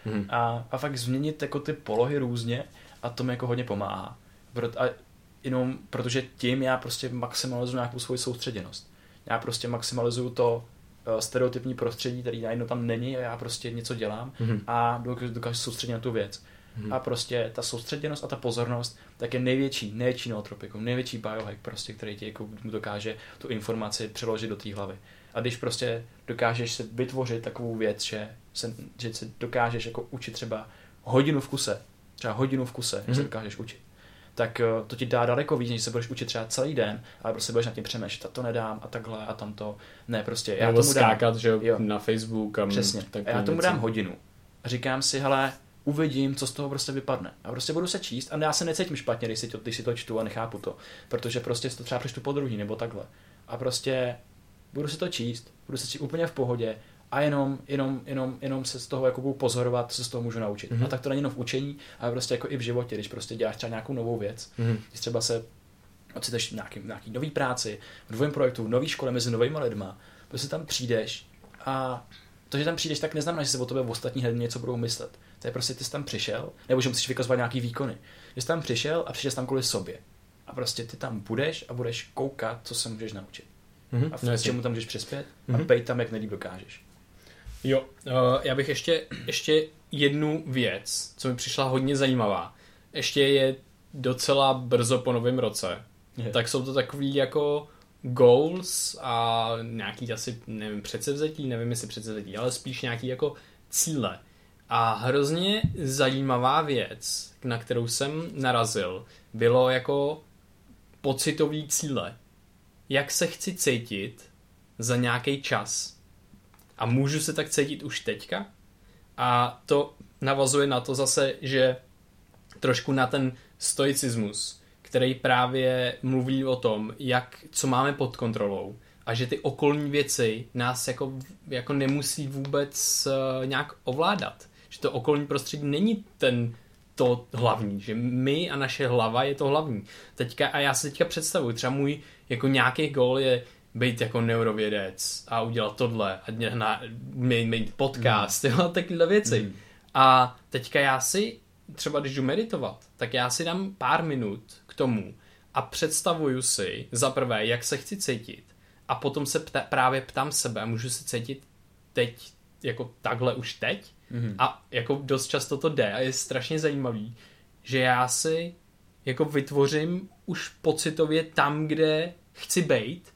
A fakt změnit jako ty polohy různě a to mi jako hodně pomáhá. A jenom protože tím já prostě maximalizuju nějakou svoji soustředěnost. Já prostě maximalizuju to, stereotypní prostředí, který najednou tam není a já prostě něco dělám a dokážu soustředit na tu věc. A prostě ta soustředěnost a ta pozornost tak je největší nootropikum, největší biohack prostě, který ti jako dokáže tu informaci přeložit do té hlavy. A když prostě dokážeš se vytvořit takovou věc, že se dokážeš jako učit třeba hodinu v kuse, že se dokážeš učit, tak to ti dá daleko víc, než se budeš učit třeba celý den, ale prostě budeš nad tím přemýšlet, a to nedám a takhle a tamto. Ne, prostě já tomu skákat, že na Facebook a přesně. A já tomu dám hodinu. A říkám si, hele, uvidím, co z toho prostě vypadne. A prostě budu se číst a já se necítím špatně, když si to čtu a nechápu to. Protože prostě to třeba přečtu podruhý nebo takhle. A prostě budu si to číst úplně v pohodě a jenom se z toho jako budu pozorovat, co se z toho můžu naučit. A tak to není jenom v učení, ale prostě jako i v životě, když prostě děláš třeba nějakou novou věc, když třeba se ocitneš nějaký nový práci, v novém projektu, v nový škole mezi novými lidma, prostě tam přijdeš a to, že tam přijdeš, tak neznamená, že se o tobě v ostatní hned něco budou myslet. To je prostě, ty jsi tam přišel, nebo že musíš vykazovat nějaký výkony. Že jsi tam přišel a přišel jsi tam kvůli sobě. A prostě ty tam budeš a budeš koukat, co se můžeš naučit. A v čemu tam můžeš přispět a bejt tam, jak nejlíp dokážeš. Jo, já bych ještě jednu věc, co mi přišla hodně zajímavá. Ještě je docela brzo po novém roce. Tak jsou to takový jako goals a nějaký asi, nevím, předsevzetí, ale spíš nějaký jako cíle. A hrozně zajímavá věc, na kterou jsem narazil, bylo jako pocitový cíle. Jak se chci cítit za nějaký čas. A můžu se tak cítit už teďka? A to navazuje na to zase, že trošku na ten stoicismus, který právě mluví o tom, co máme pod kontrolou a že ty okolní věci nás jako nemusí vůbec nějak ovládat. Že to okolní prostředí není to hlavní, že my a naše hlava je to hlavní. A já si teďka představuji, třeba můj jako nějaký goal je být jako neurovědec a udělat tohle a mít podcast, takové věci. A teďka já si, třeba když jdu meditovat, tak já si dám pár minut k tomu a představuju si za prvé, jak se chci cítit a potom se právě ptám sebe, můžu se cítit teď jako takhle už teď? A jako dost často to jde a je strašně zajímavý, že já si jako vytvořím už pocitově tam, kde chci bejt.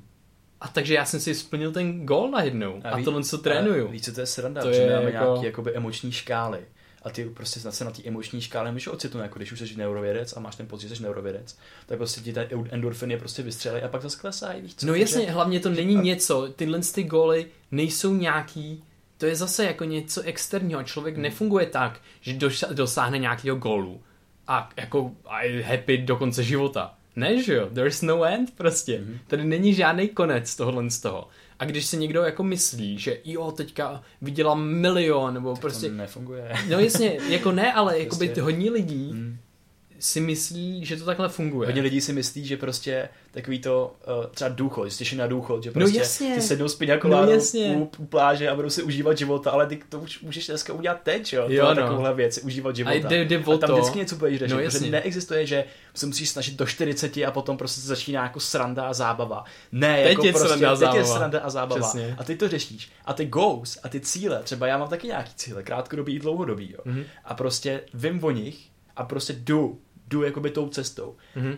A takže já jsem si splnil ten gól najednou a tohle co trénuju. Víš, co to je sranda, že máme nějaký jakoby emoční škály a ty prostě se na té emoční škále můžeš ocitnout, jako když už jsi neurovědec a máš ten pocit, že jsi neurovědec, tak prostě ti ten endorfiny prostě vystřelí a pak zase klesají, víš co? No jasně, hlavně to není něco, tyhle ty góly nejsou nějaký, to je zase jako něco externího, člověk nefunguje tak, že dosáhne nějakého gólu a jako je happy do konce života. Ne, že jo? There's no end prostě. Tady není žádný konec tohohle z toho. A když si někdo jako myslí, že jo, teďka vydělám milion, nebo tak prostě... To nefunguje. No jasně, jako ne, ale jako by hodně lidí si myslí, že to takhle funguje. Hodně lidí si myslí, že prostě takový to třeba důchod, že jsi na důchod, že prostě ty sednou s piňakoládu u pláže a budou si užívat života, ale ty to už můžeš dneska udělat teď, jo? Takovouhle věc, užívat života. A tam vždycky něco budeš řešit, protože neexistuje, že se musíš snažit do 40 a potom prostě se začíná jako sranda a zábava. Ne, teď jako je prostě teď je sranda a zábava. Přesně. A ty to řešíš. A ty goals a ty cíle, třeba já mám taky nějaký cíle, krátkodobý i dlouhodobý, jo. A prostě vím o nich a prostě jdu jakoby tou cestou.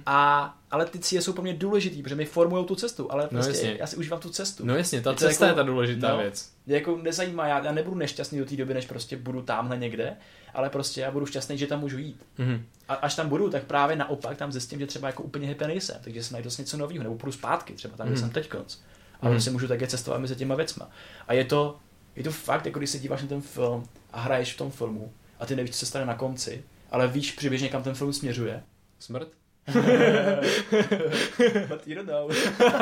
Ale ty cíle jsou pro mě důležitý, protože mi formujou tu cestu, ale prostě já si užívám tu cestu. No jasně, ta cesta je ta důležitá věc. Jako nezajímá, já nebudu nešťastný do té doby, než prostě budu tamhle někde, ale prostě já budu šťastný, že tam můžu jít. A až tam budu, tak právě naopak tam zjistím, že třeba jako úplně happy nejsem, takže si najdu něco nového, nebo půjdu zpátky, třeba tam, kde jsem teď konc. A prostě můžu také cestovat mezi těma věcma. A je to fakt, jako když se díváš na ten film a hraješ v tom filmu a ty nevíš, co se stane na konci, ale víš přibližně, kam ten film směřuje. Smrt? But you don't know.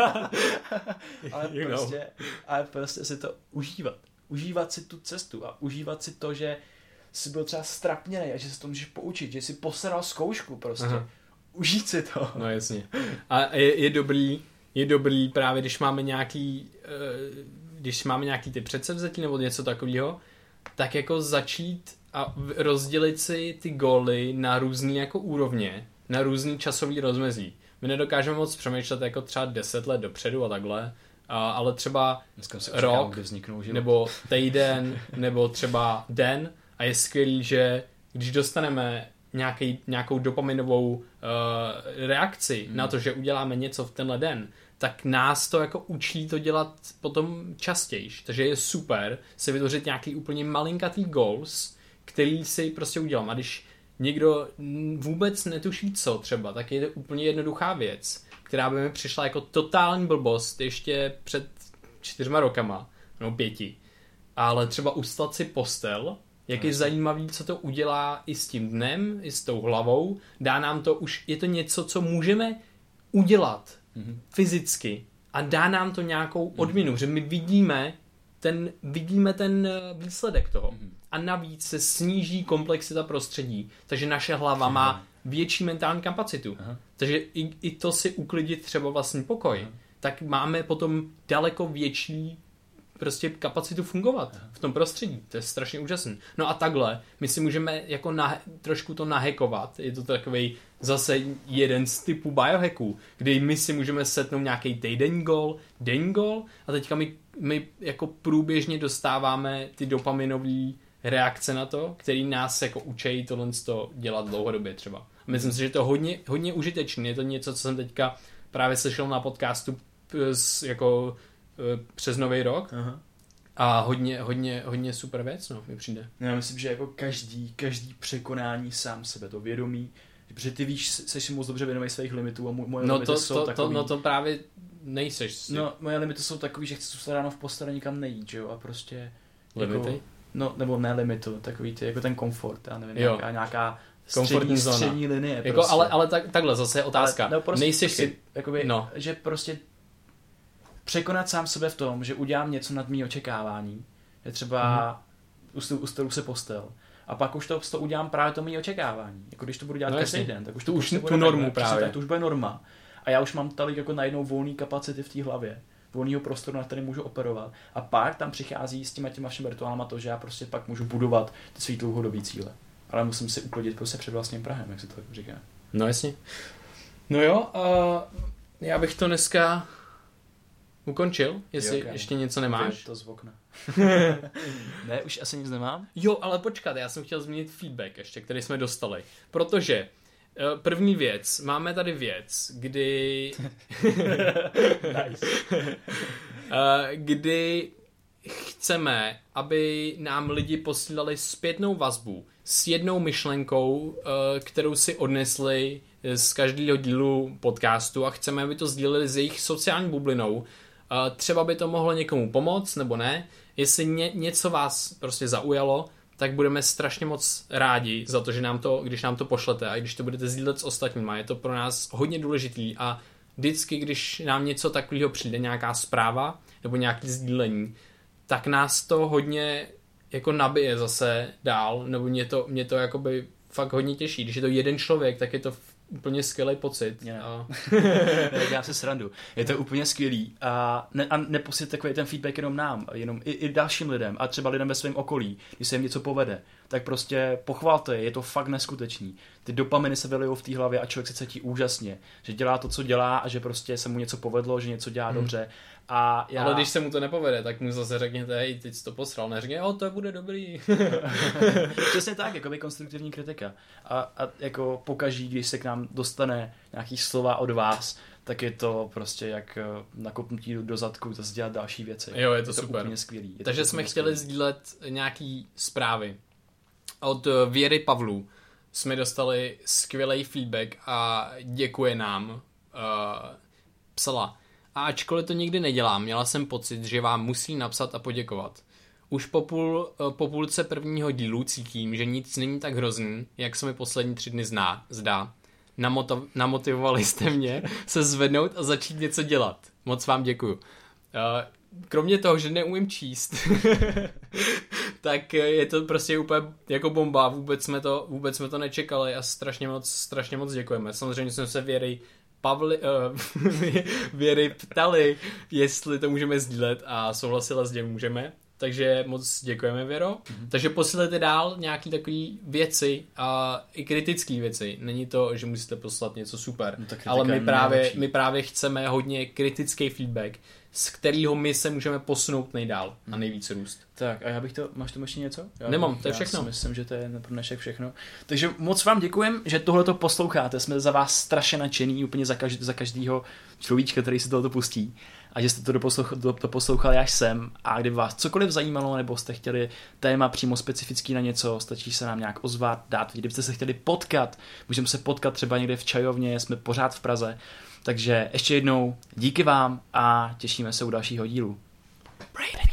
ale prostě si to užívat. Užívat si tu cestu a užívat si to, že jsi byl třeba strapněnej a že se to můžeš poučit, že jsi poseral zkoušku prostě. Užít si to. No jasně. A je dobrý právě, když máme nějaký ty předsevzetí nebo něco takového, tak jako začít a rozdělit si ty góly na různý jako úrovně, na různý časový rozmezí. My nedokážeme moc přemýšlet jako třeba 10 let dopředu a takhle, ale třeba rok, nebo týden, nebo třeba den a je skvělý, že když dostaneme nějakou dopaminovou reakci na to, že uděláme něco v tenhle den, tak nás to jako učí to dělat potom častěji. Takže je super si vytvořit nějaký úplně malinkatý goals, který si prostě udělám. A když někdo vůbec netuší co třeba, tak je to úplně jednoduchá věc, která by mi přišla jako totální blbost ještě před 4 rokama, no 5. Ale třeba ustat si postel, jak je zajímavý, co to udělá i s tím dnem, i s tou hlavou. Dá nám to už, je to něco, co můžeme udělat fyzicky a dá nám to nějakou odměnu, že my vidíme ten výsledek toho. A navíc se sníží komplexita prostředí, takže naše hlava má větší mentální kapacitu. Takže i to si uklidit třeba vlastní pokoj, tak máme potom daleko větší prostě kapacitu fungovat v tom prostředí. To je strašně úžasné. No a takhle my si můžeme jako trošku to nahackovat. Je to takovej zase jeden z typů biohacků, kdy my si můžeme setnout nějaký denní goal a teďka my jako průběžně dostáváme ty dopaminové reakce na to, který nás jako učí tohle dělat dlouhodobě třeba. Myslím si, že to je hodně užitečné. Je to něco, co jsem teďka právě slyšel na podcastu jako přes Nový rok. A hodně super věc, no, mi přijde. Já myslím, že jako každý překonání sám sebe, to vědomí, protože ty víš, seš si moc dobře vědomý svých limitů a moje limity jsou takový. No to právě nejseš si. No, moje limity jsou takový, že chci zůstat ráno v posteli nikam nejít, že jo, a prostě limity? Jako, no, nebo ne limitu, takový ty, jako ten komfort, já nevím, nějaká střední linie. Jako, prostě. Ale takhle zase je otázka. Ale, no, prostě nejseš si, jakoby, že prostě překonat sám sebe v tom, že udělám něco nad mý očekávání, je třeba ustalu se postel. A pak už to udělám právě to mý očekávání. Jako když to budu dělat každý den, tak už to už tu normu právě. Tak to už bude norma. A já už mám tolik jako najednou volný kapacity v té hlavě, volného prostoru, na kterém můžu operovat. A pak tam přichází s těma všemi rituálama to, že já prostě pak můžu budovat ty svý dlouhodobý cíle. Ale musím si uklidit prostě před vlastním prahem, jak se to říká. No jasně. No jo, já bych to dneska ukončil, jestli ještě něco nemáš. To z okna. Ne, už asi nic nemám. Jo, ale počkat, já jsem chtěl zmínit feedback ještě, který jsme dostali. Protože první věc, máme tady věc, kdy kdy chceme, aby nám lidi posílali zpětnou vazbu s jednou myšlenkou, kterou si odnesli z každého dílu podcastu a chceme, aby to sdíleli s jejich sociální bublinou. Třeba by to mohlo někomu pomoct, nebo ne. Jestli něco vás prostě zaujalo, tak budeme strašně moc rádi za to, že když nám to pošlete a když to budete sdílet s ostatníma. Je to pro nás hodně důležitý a vždycky, když nám něco takového přijde, nějaká zpráva nebo nějaké sdílení, tak nás to hodně jako nabije zase dál, nebo mě to jakoby fakt hodně těší. Když je to jeden člověk, tak je to úplně skvělý pocit. Já se srandu. Je to úplně skvělý a neposílit takový ten feedback jenom nám, jenom i dalším lidem a třeba lidem ve svém okolí, když se jim něco povede, tak prostě pochvalte je to fakt neskutečný. Ty dopaminy se vylejou v té hlavě a člověk se cítí úžasně, že dělá to, co dělá a že prostě se mu něco povedlo, že něco dělá dobře. Ale když se mu to nepovede, tak mu zase řekněte, hej, teď jsi to posral, neřekně, to bude dobrý. Přesně tak, jako by konstruktivní kritika. A jako pokaží, když se k nám dostane nějaký slova od vás, tak je to prostě jak nakopnutí do zadku, zase dělat další věci. Jo, je to super. Úplně skvělý. Takže jsme chtěli sdílet nějaký zprávy. Od Věry Pavlů jsme dostali skvělý feedback a děkuje nám. Psala. A ačkoliv to nikdy nedělám, měla jsem pocit, že vám musí napsat a poděkovat. Už po půlce prvního dílu cítím, že nic není tak hrozný, jak se mi poslední 3 dny zdá. Namotivovali jste mě se zvednout a začít něco dělat. Moc vám děkuju. Kromě toho, že neumím číst, tak je to prostě úplně jako bomba. Vůbec jsme to nečekali a strašně moc děkujeme. Samozřejmě jsme se Věry ptali, jestli to můžeme sdílet a souhlasila s tím, můžeme. Takže moc děkujeme, Věro. Takže posílejte dál nějaký takový věci a i kritické věci. Není to, že musíte poslat něco super, ale my právě chceme hodně kritický feedback, z kterého my se můžeme posunout nejdál a nejvíc růst. Tak a máš tam ještě něco? Nemám, to je všechno. Myslím, že to je pro dnešek všechno. Takže moc vám děkujem, že tohleto posloucháte. Jsme za vás strašně nadšení, úplně za každého človíčka, který se tohleto pustí. A že jste to poslouchali až sem. A kdyby vás cokoliv zajímalo, nebo jste chtěli téma přímo specifický na něco, stačí se nám nějak ozvat, dát. Kdybyste se chtěli potkat, můžeme se potkat třeba někde v čajovně, jsme pořád v Praze. Takže ještě jednou díky vám a těšíme se u dalšího dílu.